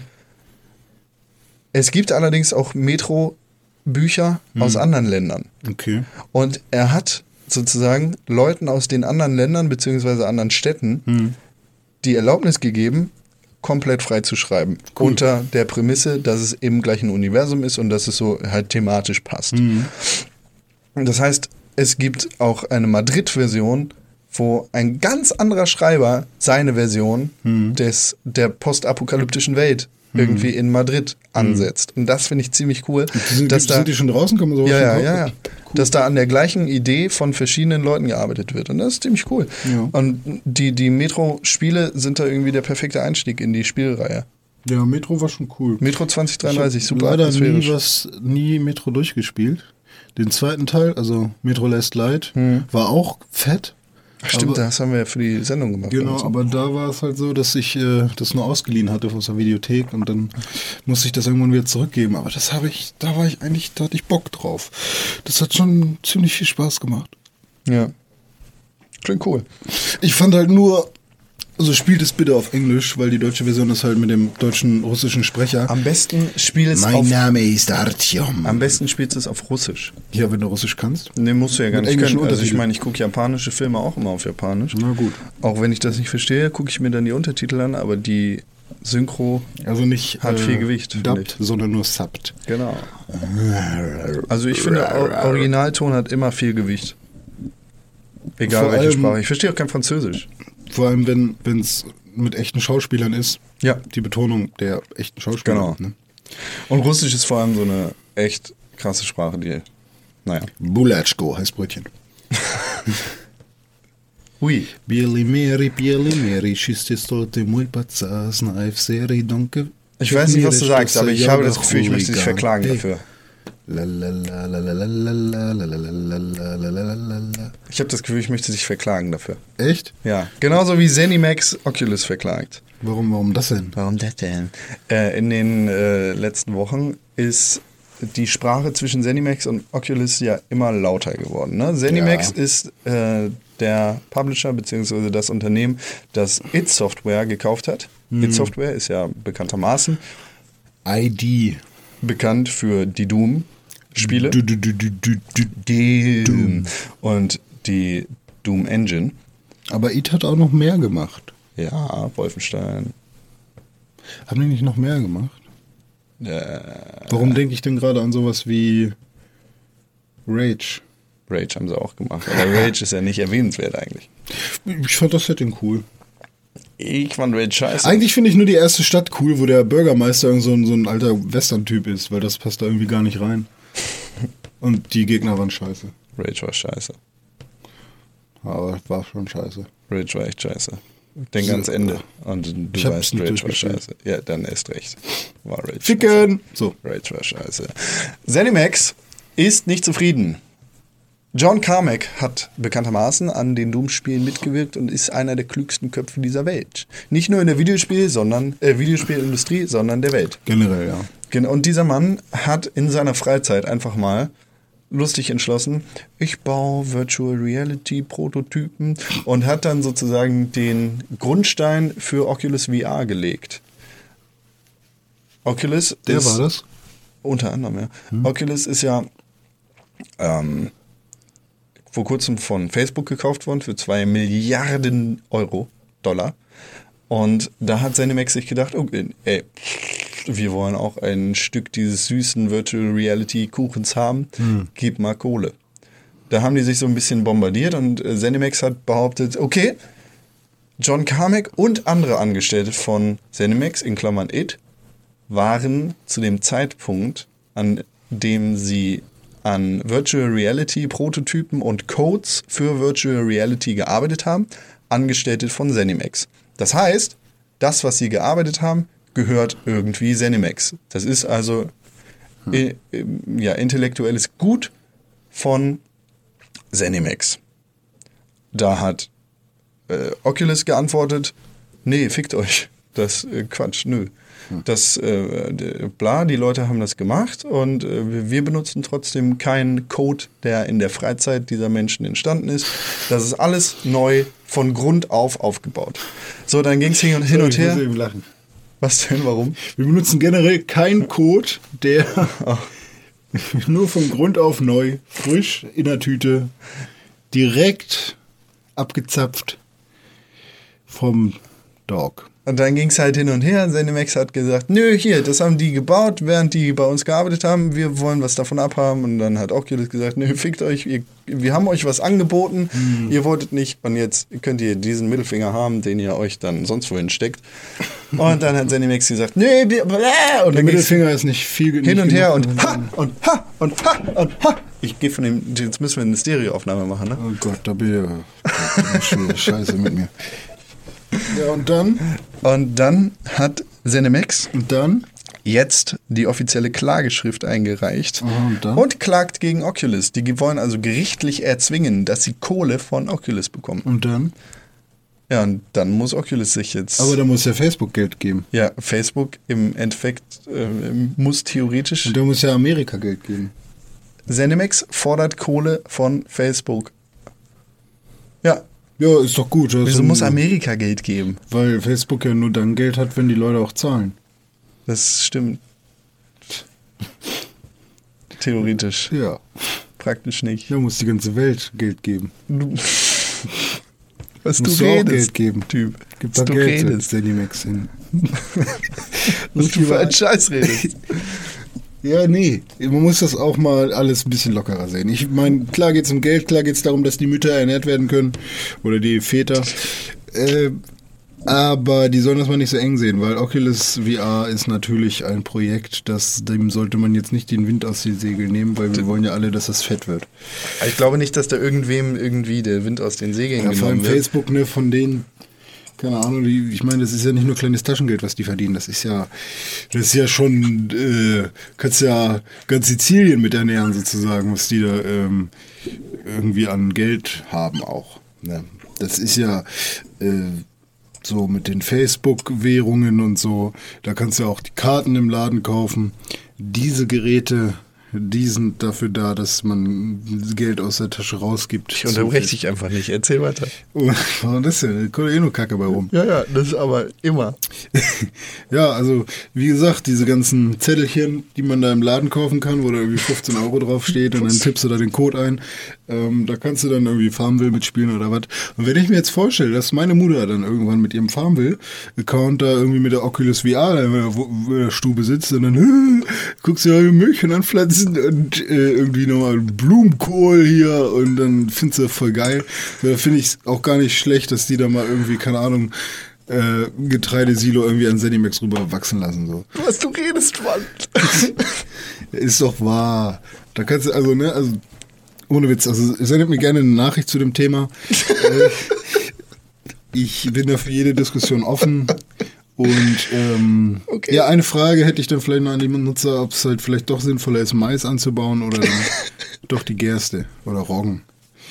Es gibt allerdings auch Metro-Bücher aus anderen Ländern. Okay. Und er hat sozusagen Leuten aus den anderen Ländern bzw. anderen Städten die Erlaubnis gegeben, komplett frei zu schreiben. Unter der Prämisse, dass es im gleichen Universum ist und dass es so halt thematisch passt. Das heißt, es gibt auch eine Madrid-Version, wo ein ganz anderer Schreiber seine Version der postapokalyptischen Welt irgendwie in Madrid ansetzt. Und das finde ich ziemlich cool. Sind die schon draußen? Kann man sowas schon kaufen? Ja. Dass da an der gleichen Idee von verschiedenen Leuten gearbeitet wird. Und das ist ziemlich cool. Ja. Und die Metro-Spiele sind da irgendwie der perfekte Einstieg in die Spielreihe. Ja, Metro war schon cool. Metro 2033, super Leider atmosphärisch. nie Metro durchgespielt. Den zweiten Teil, also Metro Last Light, war auch fett. Ach, stimmt, aber- das haben wir ja für die Sendung gemacht. Genau, und so. aber da war es halt so, dass ich das nur ausgeliehen hatte aus der Videothek und dann musste ich das irgendwann wieder zurückgeben. Aber da hatte ich Bock drauf. Das hat schon ziemlich viel Spaß gemacht. Ja. Klingt cool. Ich fand halt nur, also spielt es bitte auf Englisch, weil die deutsche Version ist halt mit dem russischen Sprecher. Am besten spielst Mein Name ist Artyom. Am besten spielst du es auf Russisch. Ja, wenn du Russisch kannst. Nee, musst du ja gar Mit nicht englischen können. Also ich Untertiteln. meine, ich gucke japanische Filme auch immer auf Japanisch. Na gut. Auch wenn ich das nicht verstehe, gucke ich mir dann die Untertitel an, aber die Synchro, Also nicht Hat viel Gewicht, finde dubbed, sondern nur subbed. genau. Also ich finde, Originalton hat immer viel Gewicht. Egal Vor welche allem- Sprache. Ich verstehe auch kein Französisch. Vor allem, wenn es mit echten Schauspielern ist. Ja. Die Betonung der echten Schauspieler. Genau. Ne? Und Russisch ist vor allem so eine echt krasse Sprache, die, naja. Bulatschko heißt Brötchen. Ui. Bieli Meri, чисти стоlte мой паца, знай все рейдонke. Ich weiß nicht, was du sagst, aber ich habe das Gefühl, ich möchte dich verklagen dafür. Ich habe das Gefühl, ich möchte dich verklagen dafür. Echt? Ja. Genauso wie ZeniMax Oculus verklagt. Warum das denn? Warum das denn? In den letzten Wochen ist die Sprache zwischen ZeniMax und Oculus ja immer lauter geworden. Ne? ZeniMax ist der Publisher bzw. das Unternehmen, das id Software gekauft hat. id Software ist ja bekanntermaßen ID. bekannt für die Doom-Spiele. Doom. Und die Doom Engine. Aber id hat auch noch mehr gemacht. Ja, Wolfenstein. Haben die nicht noch mehr gemacht? Warum denke ich denn gerade an sowas wie Rage? Rage haben sie auch gemacht. Aber Rage ist ja nicht erwähnenswert eigentlich. Ich fand das Setting cool. Ich fand Rage scheiße. Eigentlich finde ich nur die erste Stadt cool, wo der Bürgermeister irgend so ein alter Western-Typ ist, weil das passt da irgendwie gar nicht rein. Und die Gegner waren scheiße. Rage war scheiße. Aber war schon scheiße. Rage war echt scheiße. Denk ans Ende. Und du Ich hab's weißt, nicht Rage war durchgespielt. scheiße. Ja, dann erst recht. War Rage Ficken! So. scheiße. Rage war scheiße. ZeniMax ist nicht zufrieden. John Carmack hat bekanntermaßen an den Doom-Spielen mitgewirkt und ist einer der klügsten Köpfe dieser Welt. Nicht nur in der Videospielindustrie, sondern der Welt. Generell, ja. Und dieser Mann hat in seiner Freizeit einfach mal lustig entschlossen, ich baue Virtual Reality Prototypen und hat dann sozusagen den Grundstein für Oculus VR gelegt. Oculus Der ist war das? unter anderem, ja. Oculus ist ja vor kurzem von Facebook gekauft worden für 2 Milliarden Dollar. Und da hat ZeniMax sich gedacht, okay, ey, wir wollen auch ein Stück dieses süßen Virtual Reality Kuchens haben, gib mal Kohle. Da haben die sich so ein bisschen bombardiert und ZeniMax hat behauptet, okay, John Carmack und andere Angestellte von ZeniMax, in Klammern IT, waren zu dem Zeitpunkt, an dem sie an Virtual Reality Prototypen und Codes für Virtual Reality gearbeitet haben, Angestellte von ZeniMax. Das heißt, das, was sie gearbeitet haben, gehört irgendwie ZeniMax. Das ist also intellektuelles Gut von ZeniMax. Da hat Oculus geantwortet, nee, fickt euch. Das Quatsch, nö. Das, bla, die Leute haben das gemacht und wir benutzen trotzdem keinen Code, der in der Freizeit dieser Menschen entstanden ist. Das ist alles neu von Grund auf aufgebaut. So, dann ging es hin und Ich muss her. eben lachen. Was denn, warum? Wir benutzen generell keinen Code, der nur von Grund auf neu, frisch, in der Tüte, direkt abgezapft vom Dog. Und dann ging es halt hin und her. ZeniMax hat gesagt, nö, hier, das haben die gebaut, während die bei uns gearbeitet haben. Wir wollen was davon abhaben. Und dann hat Oculus gesagt, nö, fickt euch, wir haben euch was angeboten, ihr wolltet nicht. Und jetzt könnt ihr diesen Mittelfinger haben, den ihr euch dann sonst wohin steckt. Und dann hat ZeniMax gesagt, nö, und Der dann ging's Mittelfinger ist nicht viel hin und nicht her genug. und ha und ha und ha und ha. Ich gehe von dem, jetzt müssen wir eine Stereoaufnahme machen, ne? Oh Gott, da bin ich schon scheiße mit mir. Ja, und dann? Und dann hat ZeniMax Und dann? jetzt die offizielle Klageschrift eingereicht Und dann? und klagt gegen Oculus. Die wollen also gerichtlich erzwingen, dass sie Kohle von Oculus bekommen. Und dann? Ja, und dann muss Oculus sich jetzt... Aber da muss ja Facebook Geld geben. ja, Facebook im Endeffekt muss theoretisch... Und da muss ja Amerika Geld geben. ZeniMax fordert Kohle von Facebook. Ja, Ja, ist doch gut. Das wieso ist muss Amerika Geld geben? Weil Facebook ja nur dann Geld hat, wenn die Leute auch zahlen. Das stimmt. Theoretisch. Ja, Praktisch nicht. da muss die ganze Welt Geld geben. Was Musst du du auch redest, Geld geben. Typ. Gib Was da du Geld redest. ZeniMax hin. Was du für einen Scheiß redest. Ja, nee, man muss das auch mal alles ein bisschen lockerer sehen. Ich meine, klar geht's um Geld, klar geht's darum, dass die Mütter ernährt werden können oder die Väter. Aber die sollen das mal nicht so eng sehen, weil Oculus VR ist natürlich ein Projekt, dem sollte man jetzt nicht den Wind aus den Segeln nehmen, weil wir wollen ja alle, dass das fett wird. Ich glaube nicht, dass da irgendwem irgendwie der Wind aus den Segeln Ja, vor allem genommen wird. Facebook, ne, von denen, keine Ahnung, ich meine, das ist ja nicht nur kleines Taschengeld, was die verdienen, das ist ja schon, kannst ja ganz Sizilien mit ernähren sozusagen, was die da irgendwie an Geld haben auch. Ne? Das ist ja so mit den Facebook-Währungen und so, da kannst du ja auch die Karten im Laden kaufen. Diese Geräte Die sind dafür da, dass man Geld aus der Tasche rausgibt. Ich unterbreche dich einfach nicht. Erzähl weiter. Warum das denn? Da kommt ja eh nur Kacke bei rum. Ja, das ist aber immer. Ja, also wie gesagt, diese ganzen Zettelchen, die man da im Laden kaufen kann, wo da irgendwie 15 € draufsteht und dann tippst du da den Code ein. Da kannst du dann irgendwie Farmville mitspielen oder was. Und wenn ich mir jetzt vorstelle, dass meine Mutter dann irgendwann mit ihrem Farmville-Account da irgendwie mit der Oculus VR in der Stube sitzt und dann guckst du ja Milchchen anpflanzen und irgendwie nochmal Blumenkohl hier und dann findest du das voll geil. Da finde ich es auch gar nicht schlecht, dass die da mal irgendwie, keine Ahnung, Getreidesilo irgendwie an Zenimax rüber wachsen lassen. So. Was du redest, Mann. Ist doch wahr. Da kannst du, also ohne Witz, also sendet mir gerne eine Nachricht zu dem Thema. Ich bin da für jede Diskussion offen. Und Okay. ja, eine Frage hätte ich dann vielleicht noch an die Nutzer, ob es halt vielleicht doch sinnvoller ist, Mais anzubauen oder dann doch die Gerste oder Roggen.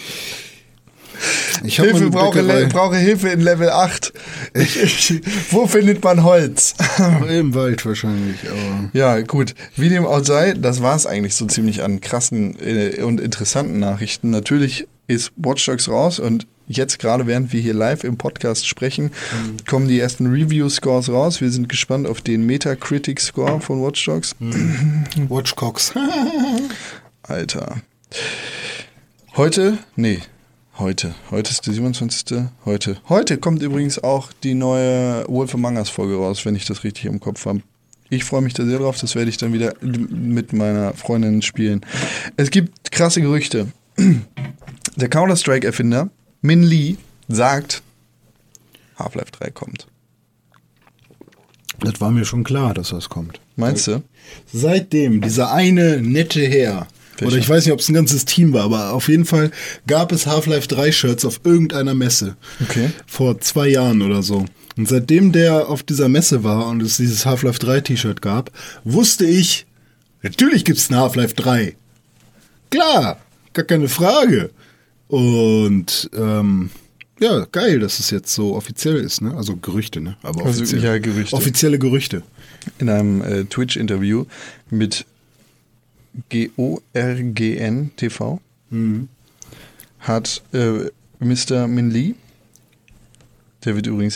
Ich hab Hilfe, mal brauche Hilfe in Level 8. Wo findet man Holz? im Wald wahrscheinlich, aber Ja, gut. Wie dem auch sei, das war es eigentlich so ziemlich an krassen und interessanten Nachrichten. Natürlich ist Watch Dogs raus und jetzt gerade, während wir hier live im Podcast sprechen, kommen die ersten Review-Scores raus. Wir sind gespannt auf den Metacritic-Score von Watch Dogs. Watchcogs. Alter. Heute ist der 27. Heute kommt übrigens auch die neue Wolf Among Us Folge raus, wenn ich das richtig im Kopf habe. Ich freue mich da sehr drauf, das werde ich dann wieder mit meiner Freundin spielen. Es gibt krasse Gerüchte. Der Counter-Strike-Erfinder Min Lee sagt, Half-Life 3 kommt. Das war mir schon klar, dass das kommt. Meinst du? Seitdem dieser eine nette Herr, oder ich weiß nicht, ob es ein ganzes Team war, aber auf jeden Fall gab es Half-Life 3 Shirts auf irgendeiner Messe. Okay. Vor 2 Jahren oder so. Und seitdem der auf dieser Messe war und es dieses Half-Life 3 T-Shirt gab, wusste ich, natürlich gibt's ein Half-Life 3. Klar, gar keine Frage. Und ja, geil, dass es jetzt so offiziell ist, ne? Also Gerüchte, ne? Aber Also, offiziell. ja, Gerüchte. Offizielle Gerüchte. In einem Twitch-Interview mit GORGN TV hat Mr. Min Lee, der wird übrigens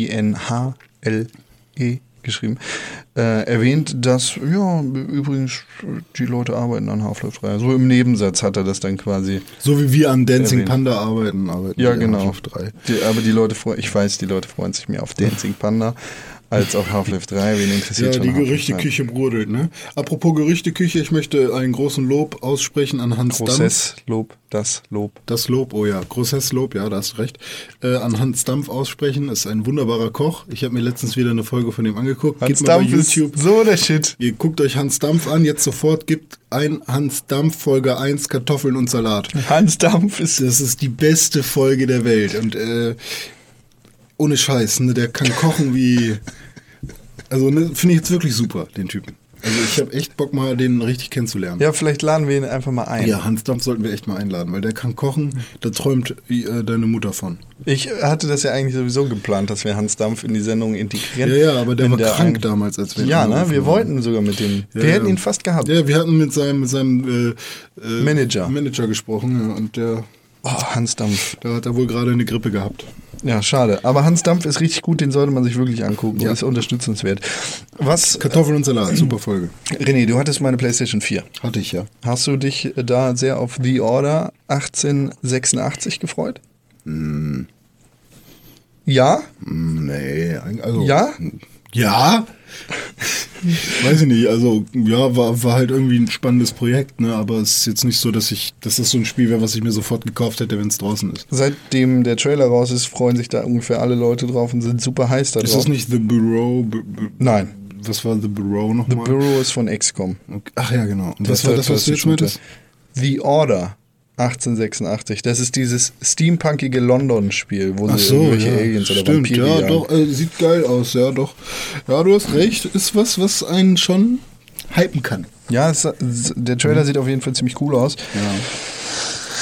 MINHLE geschrieben, erwähnt, dass, ja, übrigens die Leute arbeiten an Half-Life 3. So im Nebensatz hat er das dann quasi. So wie wir an Dancing erwähnt. Panda arbeiten Ja, wir an genau. Half-Life 3. Aber die Leute ich weiß, die Leute freuen sich mehr auf Dancing Panda als auf Half-Life 3. Wen interessiert Ja, schon die Half-Life 3? Gerüchteküche brodelt, ne? Apropos Gerüchteküche, ich möchte einen großen Lob aussprechen an Hans Dampf. Großes Lob, das Lob. Das Lob, oh ja, großes Lob, ja, da hast du recht. An Hans Dampf aussprechen, ist ein wunderbarer Koch. Ich habe mir letztens wieder eine Folge von ihm angeguckt. Hans Geht mal bei Dampf ist YouTube. so der Shit. Ihr guckt euch Hans Dampf an, jetzt sofort gibt ein Hans Dampf Folge 1 Kartoffeln und Salat. Hans Dampf ist... Das ist die beste Folge der Welt und ohne Scheiß, ne, der kann kochen wie... Also ne, finde ich jetzt wirklich super, den Typen. Also ich habe echt Bock mal, den richtig kennenzulernen. Ja, vielleicht laden wir ihn einfach mal ein. Ja, Hans Dampf sollten wir echt mal einladen, weil der kann kochen, da träumt deine Mutter von. Ich hatte das ja eigentlich sowieso geplant, dass wir Hans Dampf in die Sendung integrieren. Ja, aber der Wenn war krank damals, als wir ihn Ja, ne? angerufen Wir haben. wollten sogar mit dem. Ja, Wir hätten ja. ihn fast gehabt. Ja, wir hatten mit seinem Manager gesprochen, ja, und der Hans Dampf. da hat er wohl gerade eine Grippe gehabt. Ja, schade. Aber Hans Dampf ist richtig gut, den sollte man sich wirklich angucken. Ja. Ist unterstützenswert. Was, Kartoffeln und Salat, super Folge. René, du hattest meine PlayStation 4. Hatte ich ja. Hast du dich da sehr auf The Order 1886 gefreut? Ja? Nee, also. Ja? Ja? Weiß ich nicht, also ja, war halt irgendwie ein spannendes Projekt, ne? Aber es ist jetzt nicht so, dass das so ein Spiel wäre, was ich mir sofort gekauft hätte, wenn es draußen ist. Seitdem der Trailer raus ist, freuen sich da ungefähr alle Leute drauf und sind super heiß da drauf. Ist das nicht The Bureau? Nein. Was war The Bureau nochmal? The Bureau ist von XCOM. Okay. Ach ja, genau. Und was war das, was du jetzt meintest? The Order 1886. Das ist dieses steampunkige London-Spiel, wo Ach sie so, irgendwelche ja. Aliens oder Stimmt, Vampire ja, jagen. doch, sieht geil aus, ja, doch. Ja, du hast recht, ist was einen schon hypen kann. Ja, der Trailer sieht auf jeden Fall ziemlich cool aus. Ja.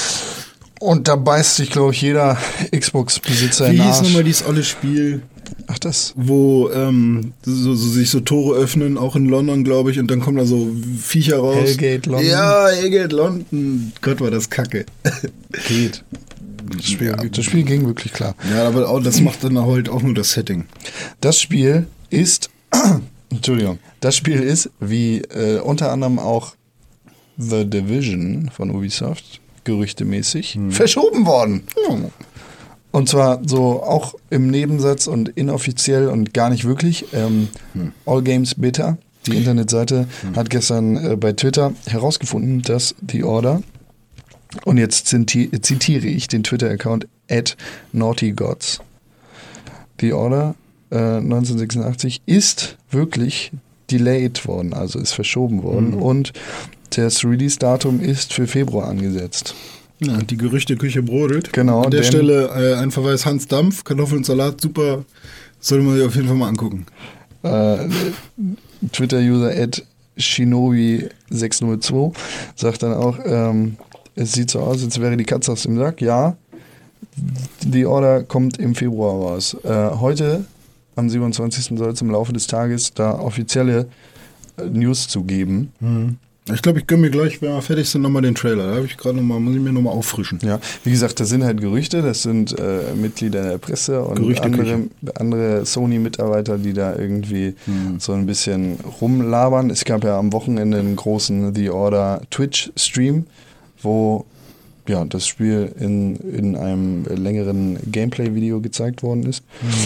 Und da beißt sich, glaube ich, jeder Xbox-Besitzer in Wie den hieß Arsch. nochmal dieses olle Spiel? Ach, das. wo sich so Tore öffnen, auch in London, glaube ich, und dann kommen da so Viecher raus. Hellgate London. Ja, Hellgate London. Gott, war das kacke. Geht. Das Spiel ging wirklich klar. Ja, aber auch, das macht dann halt auch nur das Setting. Das Spiel ist, Entschuldigung, das Spiel ist, wie unter anderem auch The Division von Ubisoft, gerüchtemäßig, verschoben worden. Und zwar so auch im Nebensatz und inoffiziell und gar nicht wirklich. All Games Beta, die Internetseite, hat gestern bei Twitter herausgefunden, dass The Order, und jetzt zitiere ich den Twitter-Account @naughtygods, The Order 1986 ist wirklich delayed worden, also ist verschoben worden und das Release-Datum ist für Februar angesetzt. Ja, die Gerüchteküche brodelt. Genau, An der denn- Stelle ein Verweis: Hans Dampf, Kartoffeln und Salat, super. Sollte man sich auf jeden Fall mal angucken. Twitter-User @shinobi602 sagt dann auch, es sieht so aus, als wäre die Katze aus dem Sack. Ja, die Order kommt im Februar raus. Heute, am 27. soll es im Laufe des Tages da offizielle News zu geben. Ich glaube, ich gönne mir gleich, wenn wir fertig sind, nochmal den Trailer. Da habe ich gerade muss ich mir nochmal auffrischen. Ja, wie gesagt, das sind halt Gerüchte, das sind Mitglieder der Presse und Gerüchteküche. andere Sony-Mitarbeiter, die da irgendwie so ein bisschen rumlabern. Es gab ja am Wochenende einen großen The Order Twitch-Stream, wo ja, das Spiel in einem längeren Gameplay-Video gezeigt worden ist.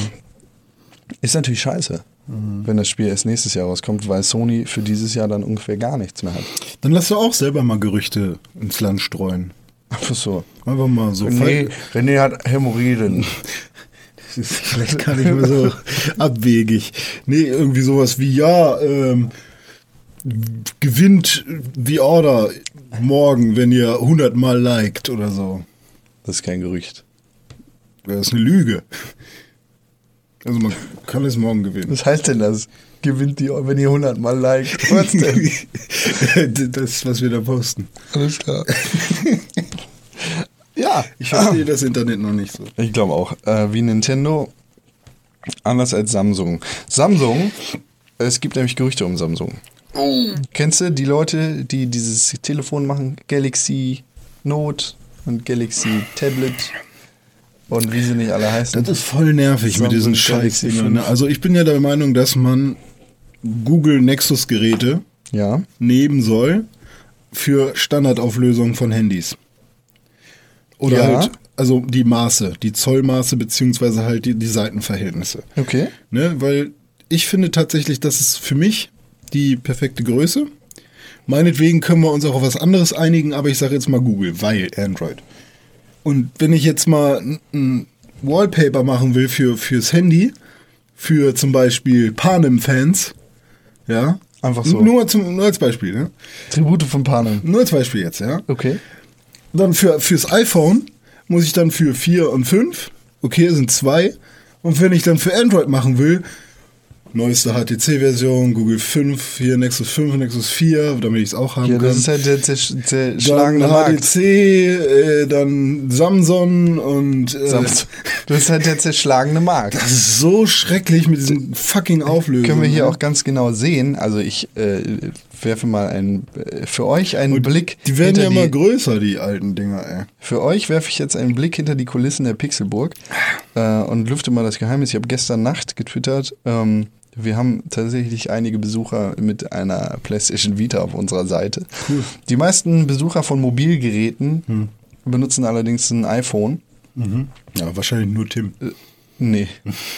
Ist natürlich scheiße, wenn das Spiel erst nächstes Jahr rauskommt, weil Sony für dieses Jahr dann ungefähr gar nichts mehr hat. Dann lass doch auch selber mal Gerüchte ins Land streuen. Einfach so. Einfach mal so. René hat Hämorrhoiden. Das ist vielleicht gar nicht mehr so abwegig. Nee, irgendwie sowas wie, ja, gewinnt The Order morgen, wenn ihr 100 Mal liked oder so. Das ist kein Gerücht. Das ist eine Lüge. Also man kann es morgen gewinnen. Was heißt denn das? Gewinnt die, wenn ihr 100 Mal liked? Was denn? Das, was wir da posten. Alles klar. Ja. Ich verstehe das Internet noch nicht so. Ich glaube auch. Wie Nintendo, anders als Samsung. Samsung, es gibt nämlich Gerüchte um Samsung. Kennst du die Leute, die dieses Telefon machen? Galaxy Note und Galaxy Tablet und wie sie nicht alle heißen. Das ist voll nervig mit diesen Samsung Galaxy Scheißdingern. Ne? 5. Also ich bin ja der Meinung, dass man Google Nexus Geräte Ja. nehmen soll für Standardauflösung von Handys. Oder Ja. halt, also die Maße, die Zollmaße beziehungsweise halt die Seitenverhältnisse. Okay. Ne? Weil ich finde tatsächlich, das ist für mich die perfekte Größe. Meinetwegen können wir uns auch auf was anderes einigen, aber ich sage jetzt mal Google, weil Android. Und wenn ich jetzt mal ein Wallpaper machen will fürs Handy, für zum Beispiel Panem-Fans, ja, Einfach so. nur als Beispiel, ne? Tribute von Panem. Nur als Beispiel jetzt, ja. Okay. Dann fürs iPhone muss ich dann für 4 und 5, okay, sind 2. Und wenn ich dann für Android machen will, neueste HTC-Version, Google 5, hier Nexus 5, Nexus 4, damit ich es auch haben Ja, kann. das ist halt der zerschlagene dann Markt. HTC, dann Samsung und Das ist halt der zerschlagene Markt. das ist so schrecklich mit diesen fucking Auflösungen. Können wir hier ne? auch ganz genau sehen. Also ich werfe mal für euch einen Blick Die werden hinter ja immer größer, die alten Dinger, ey. Für euch werfe ich jetzt einen Blick hinter die Kulissen der Pixelburg und lüfte mal das Geheimnis. Ich habe gestern Nacht getwittert, wir haben tatsächlich einige Besucher mit einer PlayStation Vita auf unserer Seite. Cool. Die meisten Besucher von Mobilgeräten benutzen allerdings ein iPhone. Ja, wahrscheinlich nur Tim. Nee.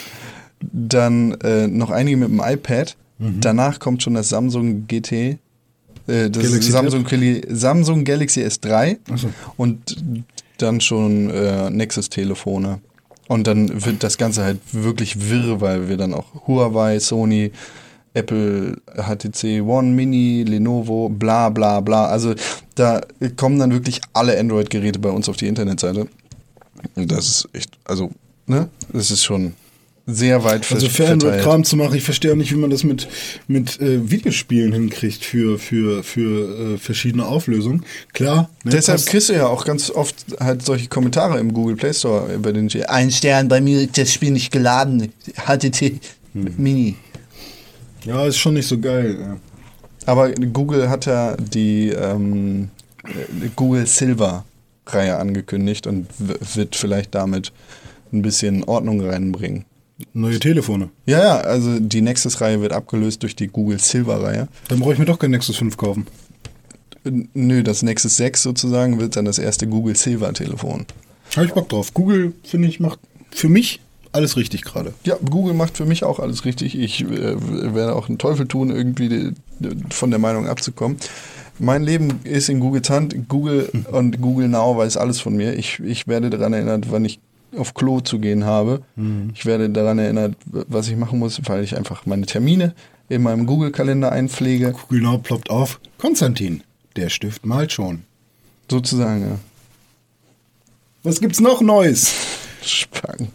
Dann noch einige mit dem iPad. Danach kommt schon das Samsung GT, das Galaxy Samsung Galaxy S3 Ach so. und dann schon Nexus-Telefone. Und dann wird das Ganze halt wirklich wirr, weil wir dann auch Huawei, Sony, Apple, HTC One, Mini, Lenovo, bla bla bla. Also da kommen dann wirklich alle Android-Geräte bei uns auf die Internetseite. Und das ist echt, also, ne? Das ist schon sehr weit Also verteilt. Fernwebkram zu machen, ich verstehe auch nicht, wie man das mit Videospielen hinkriegt für verschiedene Auflösungen. Klar. Ne, Deshalb kriegst du ja auch ganz oft halt solche Kommentare im Google Play Store über den steht, 1 Stern, bei mir ist das Spiel nicht geladen, HTT Mini. Ja, ist schon nicht so geil. Ja. Aber Google hat ja die Google Silver Reihe angekündigt und wird vielleicht damit ein bisschen Ordnung reinbringen. Neue Telefone. Ja, also die Nexus-Reihe wird abgelöst durch die Google Silver-Reihe. Dann brauche ich mir doch kein Nexus 5 kaufen. Nö, das Nexus 6 sozusagen wird dann das erste Google Silver-Telefon. Habe ich Bock drauf. Google, finde ich, macht für mich alles richtig gerade. Ja, Google macht für mich auch alles richtig. Ich werde auch einen Teufel tun, irgendwie von der Meinung abzukommen. Mein Leben ist in Googles Hand. Google und Google Now weiß alles von mir. Ich werde daran erinnert, wann ich auf Klo zu gehen habe. Ich werde daran erinnert, was ich machen muss, weil ich einfach meine Termine in meinem Google-Kalender einpflege. Google Now ploppt auf. Konstantin, der Stift malt schon. Sozusagen, ja. Was gibt's noch Neues? Spang.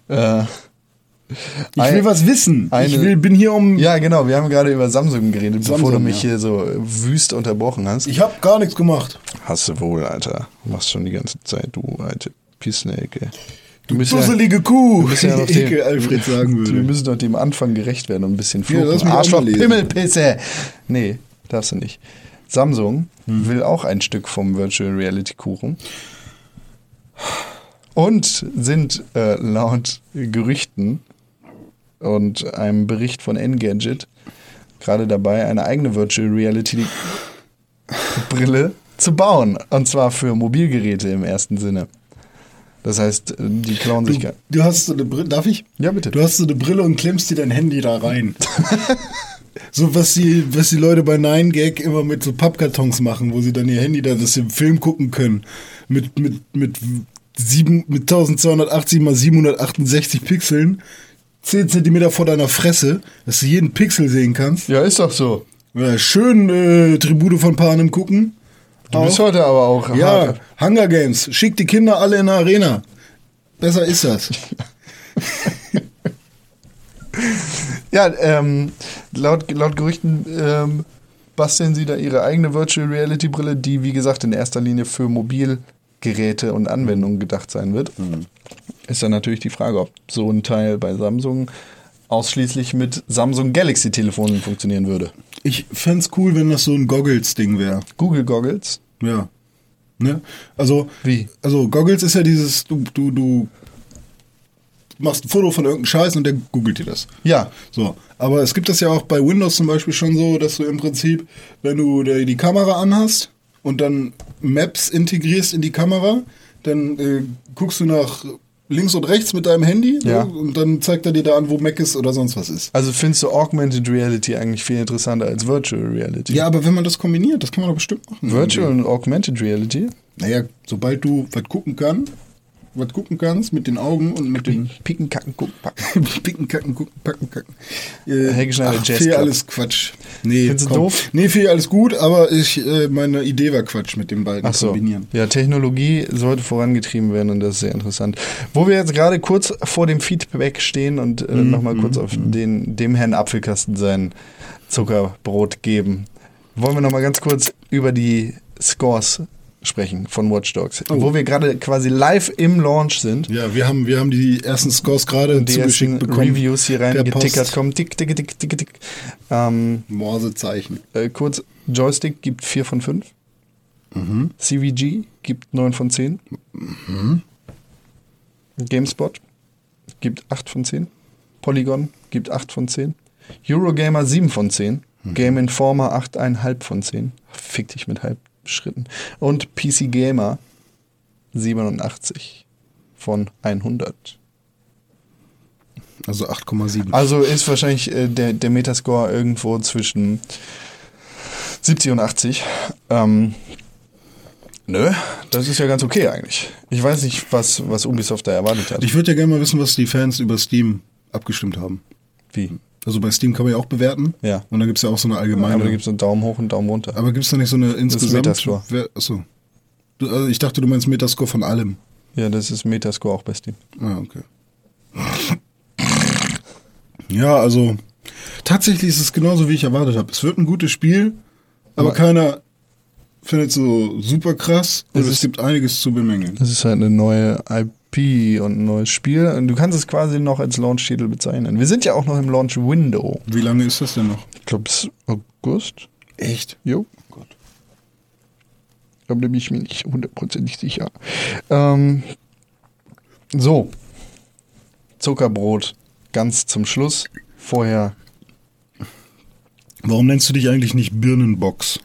Ich will was wissen. Bin hier um... Ja, genau. Wir haben gerade über Samsung geredet, bevor Samsung, du mich ja. hier so wüst unterbrochen hast. Ich habe gar nichts gemacht. Hast du wohl, Alter. Machst schon die ganze Zeit, du alte Pissnelke. Du bist Dusselige Kuh, bist ja noch wie Ekel Alfred sagen Wir würde. müssen doch dem Anfang gerecht werden und ein bisschen Ja, lass fluchen. mich auch Arschloch, mal lesen. Pimmelpisse. Nee, darfst du nicht. Samsung will auch ein Stück vom Virtual Reality Kuchen. Und sind laut Gerüchten und einem Bericht von Engadget gerade dabei, eine eigene Virtual Reality Brille zu bauen. Und zwar für Mobilgeräte im ersten Sinne. Das heißt, die klauen sich... Du hast so eine Brille, darf ich? Ja, bitte. Du hast so eine Brille und klemmst dir dein Handy da rein. So was die Leute bei 9gag immer mit so Pappkartons machen, wo sie dann ihr Handy da, dass sie im Film gucken können. Mit 1280 mal 768 Pixeln, 10 Zentimeter vor deiner Fresse, dass du jeden Pixel sehen kannst. Ja, ist doch so. Ja, schön Tribute von Panem gucken. Du bist heute aber auch Ja, hart. Hunger Games. Schick die Kinder alle in eine Arena. Besser ist das. Ja, laut Gerüchten basteln sie da ihre eigene Virtual Reality Brille, die wie gesagt in erster Linie für Mobilgeräte und Anwendungen gedacht sein wird. Ist dann natürlich die Frage, ob so ein Teil bei Samsung ausschließlich mit Samsung Galaxy Telefonen funktionieren würde. Ich fänd's cool, wenn das so ein Goggles-Ding wäre. Google Goggles. Ja. Ne? Also, Wie? Also Goggles ist ja dieses, du machst ein Foto von irgendeinem Scheiß und der googelt dir das. Ja. So. Aber es gibt das ja auch bei Windows zum Beispiel schon so, dass du im Prinzip, wenn du die Kamera anhast und dann Maps integrierst in die Kamera, dann guckst du nach links und rechts mit deinem Handy Ja. und dann zeigt er dir da an, wo Mac ist oder sonst was ist. Also findest du Augmented Reality eigentlich viel interessanter als Virtual Reality? Ja, aber wenn man das kombiniert, das kann man doch bestimmt machen. Virtual und Augmented Reality? Naja, sobald du was gucken kannst mit den Augen und mit den Picken, kacken, gucken, packen. Picken, kacken, gucken, packen, kacken. Helge Schneider Jazz Fee, Club. alles Quatsch. Nee, Findest du doof? Nee, Fee, alles gut, aber meine Idee war Quatsch mit den beiden Ach so. kombinieren. Ja, Technologie sollte vorangetrieben werden und das ist sehr interessant. Wo wir jetzt gerade kurz vor dem Feedback stehen und nochmal kurz auf dem Herrn Apfelkasten sein Zuckerbrot geben, wollen wir nochmal ganz kurz über die Scores sprechen von Watch Dogs, wo wir gerade quasi live im Launch sind. Ja, wir haben die ersten Scores gerade Die ersten zugeschickt bekommen. Reviews hier rein per getickert Post. kommen. Tick, tick, tick, tick, tick. Morsezeichen. Kurz, Joystick gibt 4 von 5. CVG gibt 9 von 10. GameSpot gibt 8 von 10. Polygon gibt 8 von 10. Eurogamer 7 von 10. Game Informer 8,5 von 10. Fick dich mit Halbschritten. Und PC Gamer 87 von 100. Also 8,7. Also ist wahrscheinlich der Metascore irgendwo zwischen 70 und 80. Nö, das ist ja ganz okay eigentlich. Ich weiß nicht, was Ubisoft da erwartet hat. Ich würde ja gerne mal wissen, was die Fans über Steam abgestimmt haben. Wie? Also bei Steam kann man ja auch bewerten. Ja. Und dann gibt es ja auch so eine allgemeine. Aber da gibt es einen Daumen hoch und einen Daumen runter. Aber gibt es da nicht so eine insgesamt? Metascore. Achso. Also ich dachte, du meinst Metascore von allem. Ja, das ist Metascore auch bei Steam. Ah, okay. Ja, also tatsächlich ist es genauso, wie ich erwartet habe. Es wird ein gutes Spiel, aber keiner findet es so super krass. Und es gibt einiges zu bemängeln. Das ist halt eine neue IP und ein neues Spiel. Und du kannst es quasi noch als Launch-Titel bezeichnen. Wir sind ja auch noch im Launch-Window. Wie lange ist das denn noch? Ich glaube, es ist August. Echt? Jo. Oh Gott. Da bin ich mir nicht hundertprozentig sicher. So. Zuckerbrot. Ganz zum Schluss. Vorher. Warum nennst du dich eigentlich nicht Birnenbox?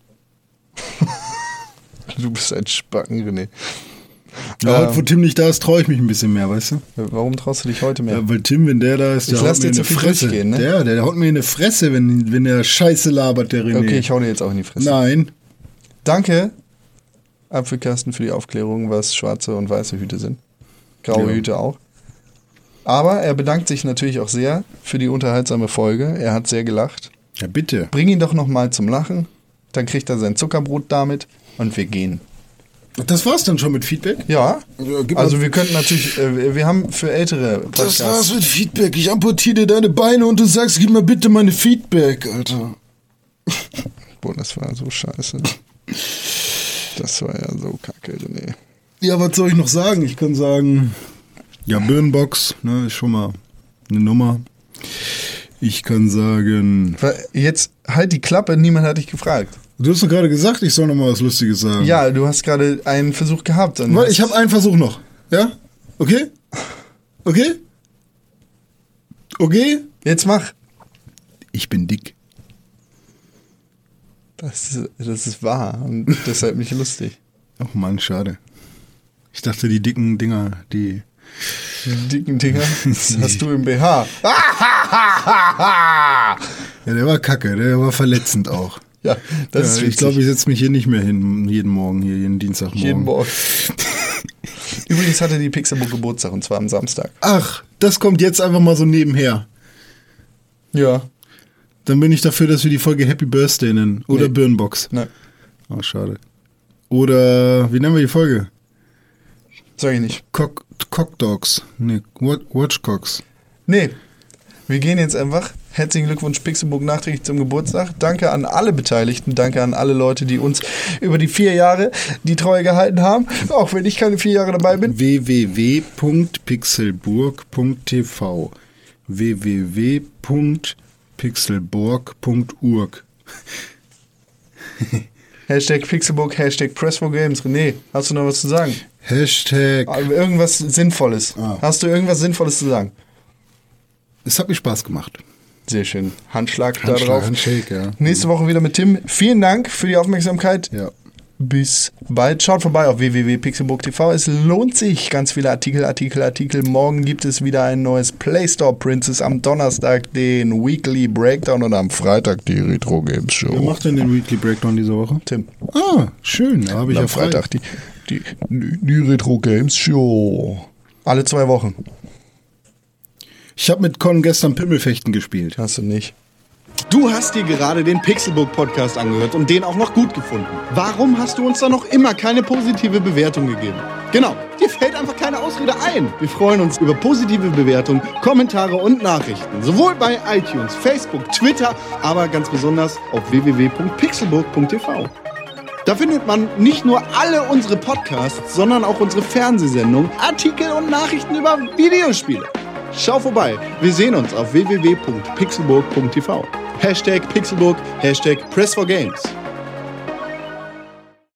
Du bist ein Spacken, René. Ja, heute, wo Tim nicht da ist, traue ich mich ein bisschen mehr, weißt du? Warum traust du dich heute mehr? Ja, weil Tim, wenn der da ist, der Ich haut lass mir dir in zu die viel Fresse. durchgehen, ne? Der haut mir in die Fresse, wenn der Scheiße labert, der René. Okay, ich hau dir jetzt auch in die Fresse. Nein. Danke, Apfelkasten, für die Aufklärung, was schwarze und weiße Hüte sind. Graue Ja. Hüte auch. Aber er bedankt sich natürlich auch sehr für die unterhaltsame Folge. Er hat sehr gelacht. Ja, bitte. Bring ihn doch nochmal zum Lachen. Dann kriegt er sein Zuckerbrot damit und wir gehen. Das war's dann schon mit Feedback? Ja, Ja, gib also mal- wir könnten natürlich, wir haben für ältere Das war's Podcasts. mit Feedback. Ich amputiere dir deine Beine und du sagst, gib mir bitte meine Feedback, Alter. Boah, das war so scheiße. Das war ja so kacke, René. Ja, was soll ich noch sagen? Ich kann sagen, ja, Birnenbox, ne, ist schon mal eine Nummer. Ich kann sagen, Jetzt halt die Klappe, niemand hat dich gefragt. du hast doch gerade gesagt, ich soll noch mal was Lustiges sagen. Ja, du hast gerade einen Versuch gehabt. und Warte, ich habe einen Versuch noch. Ja? Okay? Okay? Okay? Jetzt mach. Ich bin dick. Das ist wahr und deshalb nicht lustig. Oh Mann, schade. Ich dachte, die dicken Dinger, die... Die dicken Dinger, das hast du im BH. Ja, der war kacke, der war verletzend auch. Ja, das ist Ja, ich witzig. glaube, ich setze mich hier nicht mehr hin, jeden Morgen, hier, jeden Dienstagmorgen. Jeden Morgen. Übrigens hatte die Pixelbook Geburtstag und zwar am Samstag. Ach, das kommt jetzt einfach mal so nebenher. Ja. Dann bin ich dafür, dass wir die Folge Happy Birthday nennen. Oder Nee. Birnbox. Nein, Oh, schade. Oder, wie nennen wir die Folge? sag ich nicht. Cockdogs. Nee, Watchcocks. Nee, wir gehen jetzt einfach. Herzlichen Glückwunsch Pixelbook nachträglich zum Geburtstag. Danke an alle Beteiligten, danke an alle Leute, die uns über die 4 Jahre die Treue gehalten haben, auch wenn ich keine 4 Jahre dabei bin. www.pixelburg.tv www.pixelburg.org Hashtag Pixelbook, Hashtag Press4Games. René, hast du noch was zu sagen? Hashtag. Irgendwas Sinnvolles. Ah. Hast du irgendwas Sinnvolles zu sagen? Es hat mir Spaß gemacht. Sehr schön. Handschlag da drauf. Handshake, ja. Nächste Woche wieder mit Tim. Vielen Dank für die Aufmerksamkeit. Ja. Bis bald. Schaut vorbei auf www.pixelbook.tv. Es lohnt sich. Ganz viele Artikel. Morgen gibt es wieder ein neues Play Store Princess. Am Donnerstag den Weekly Breakdown und am Freitag die Retro Games Wer Show. macht denn den Weekly Breakdown diese Woche? Tim. Ah, schön. Da habe ich Und am ja frei. Freitag die Retro Games Show. Alle 2 Wochen. Ich habe mit Con gestern Pimmelfechten gespielt. Hast du nicht. Du hast dir gerade den Pixelbook Podcast angehört und den auch noch gut gefunden. Warum hast du uns da noch immer keine positive Bewertung gegeben? Genau, dir fällt einfach keine Ausrede ein. Wir freuen uns über positive Bewertungen, Kommentare und Nachrichten. Sowohl bei iTunes, Facebook, Twitter, aber ganz besonders auf www.pixelbook.tv. Da findet man nicht nur alle unsere Podcasts, sondern auch unsere Fernsehsendungen, Artikel und Nachrichten über Videospiele. Schau vorbei. Wir sehen uns auf www.pixelburg.tv. Hashtag Pixelburg, Hashtag Press4Games.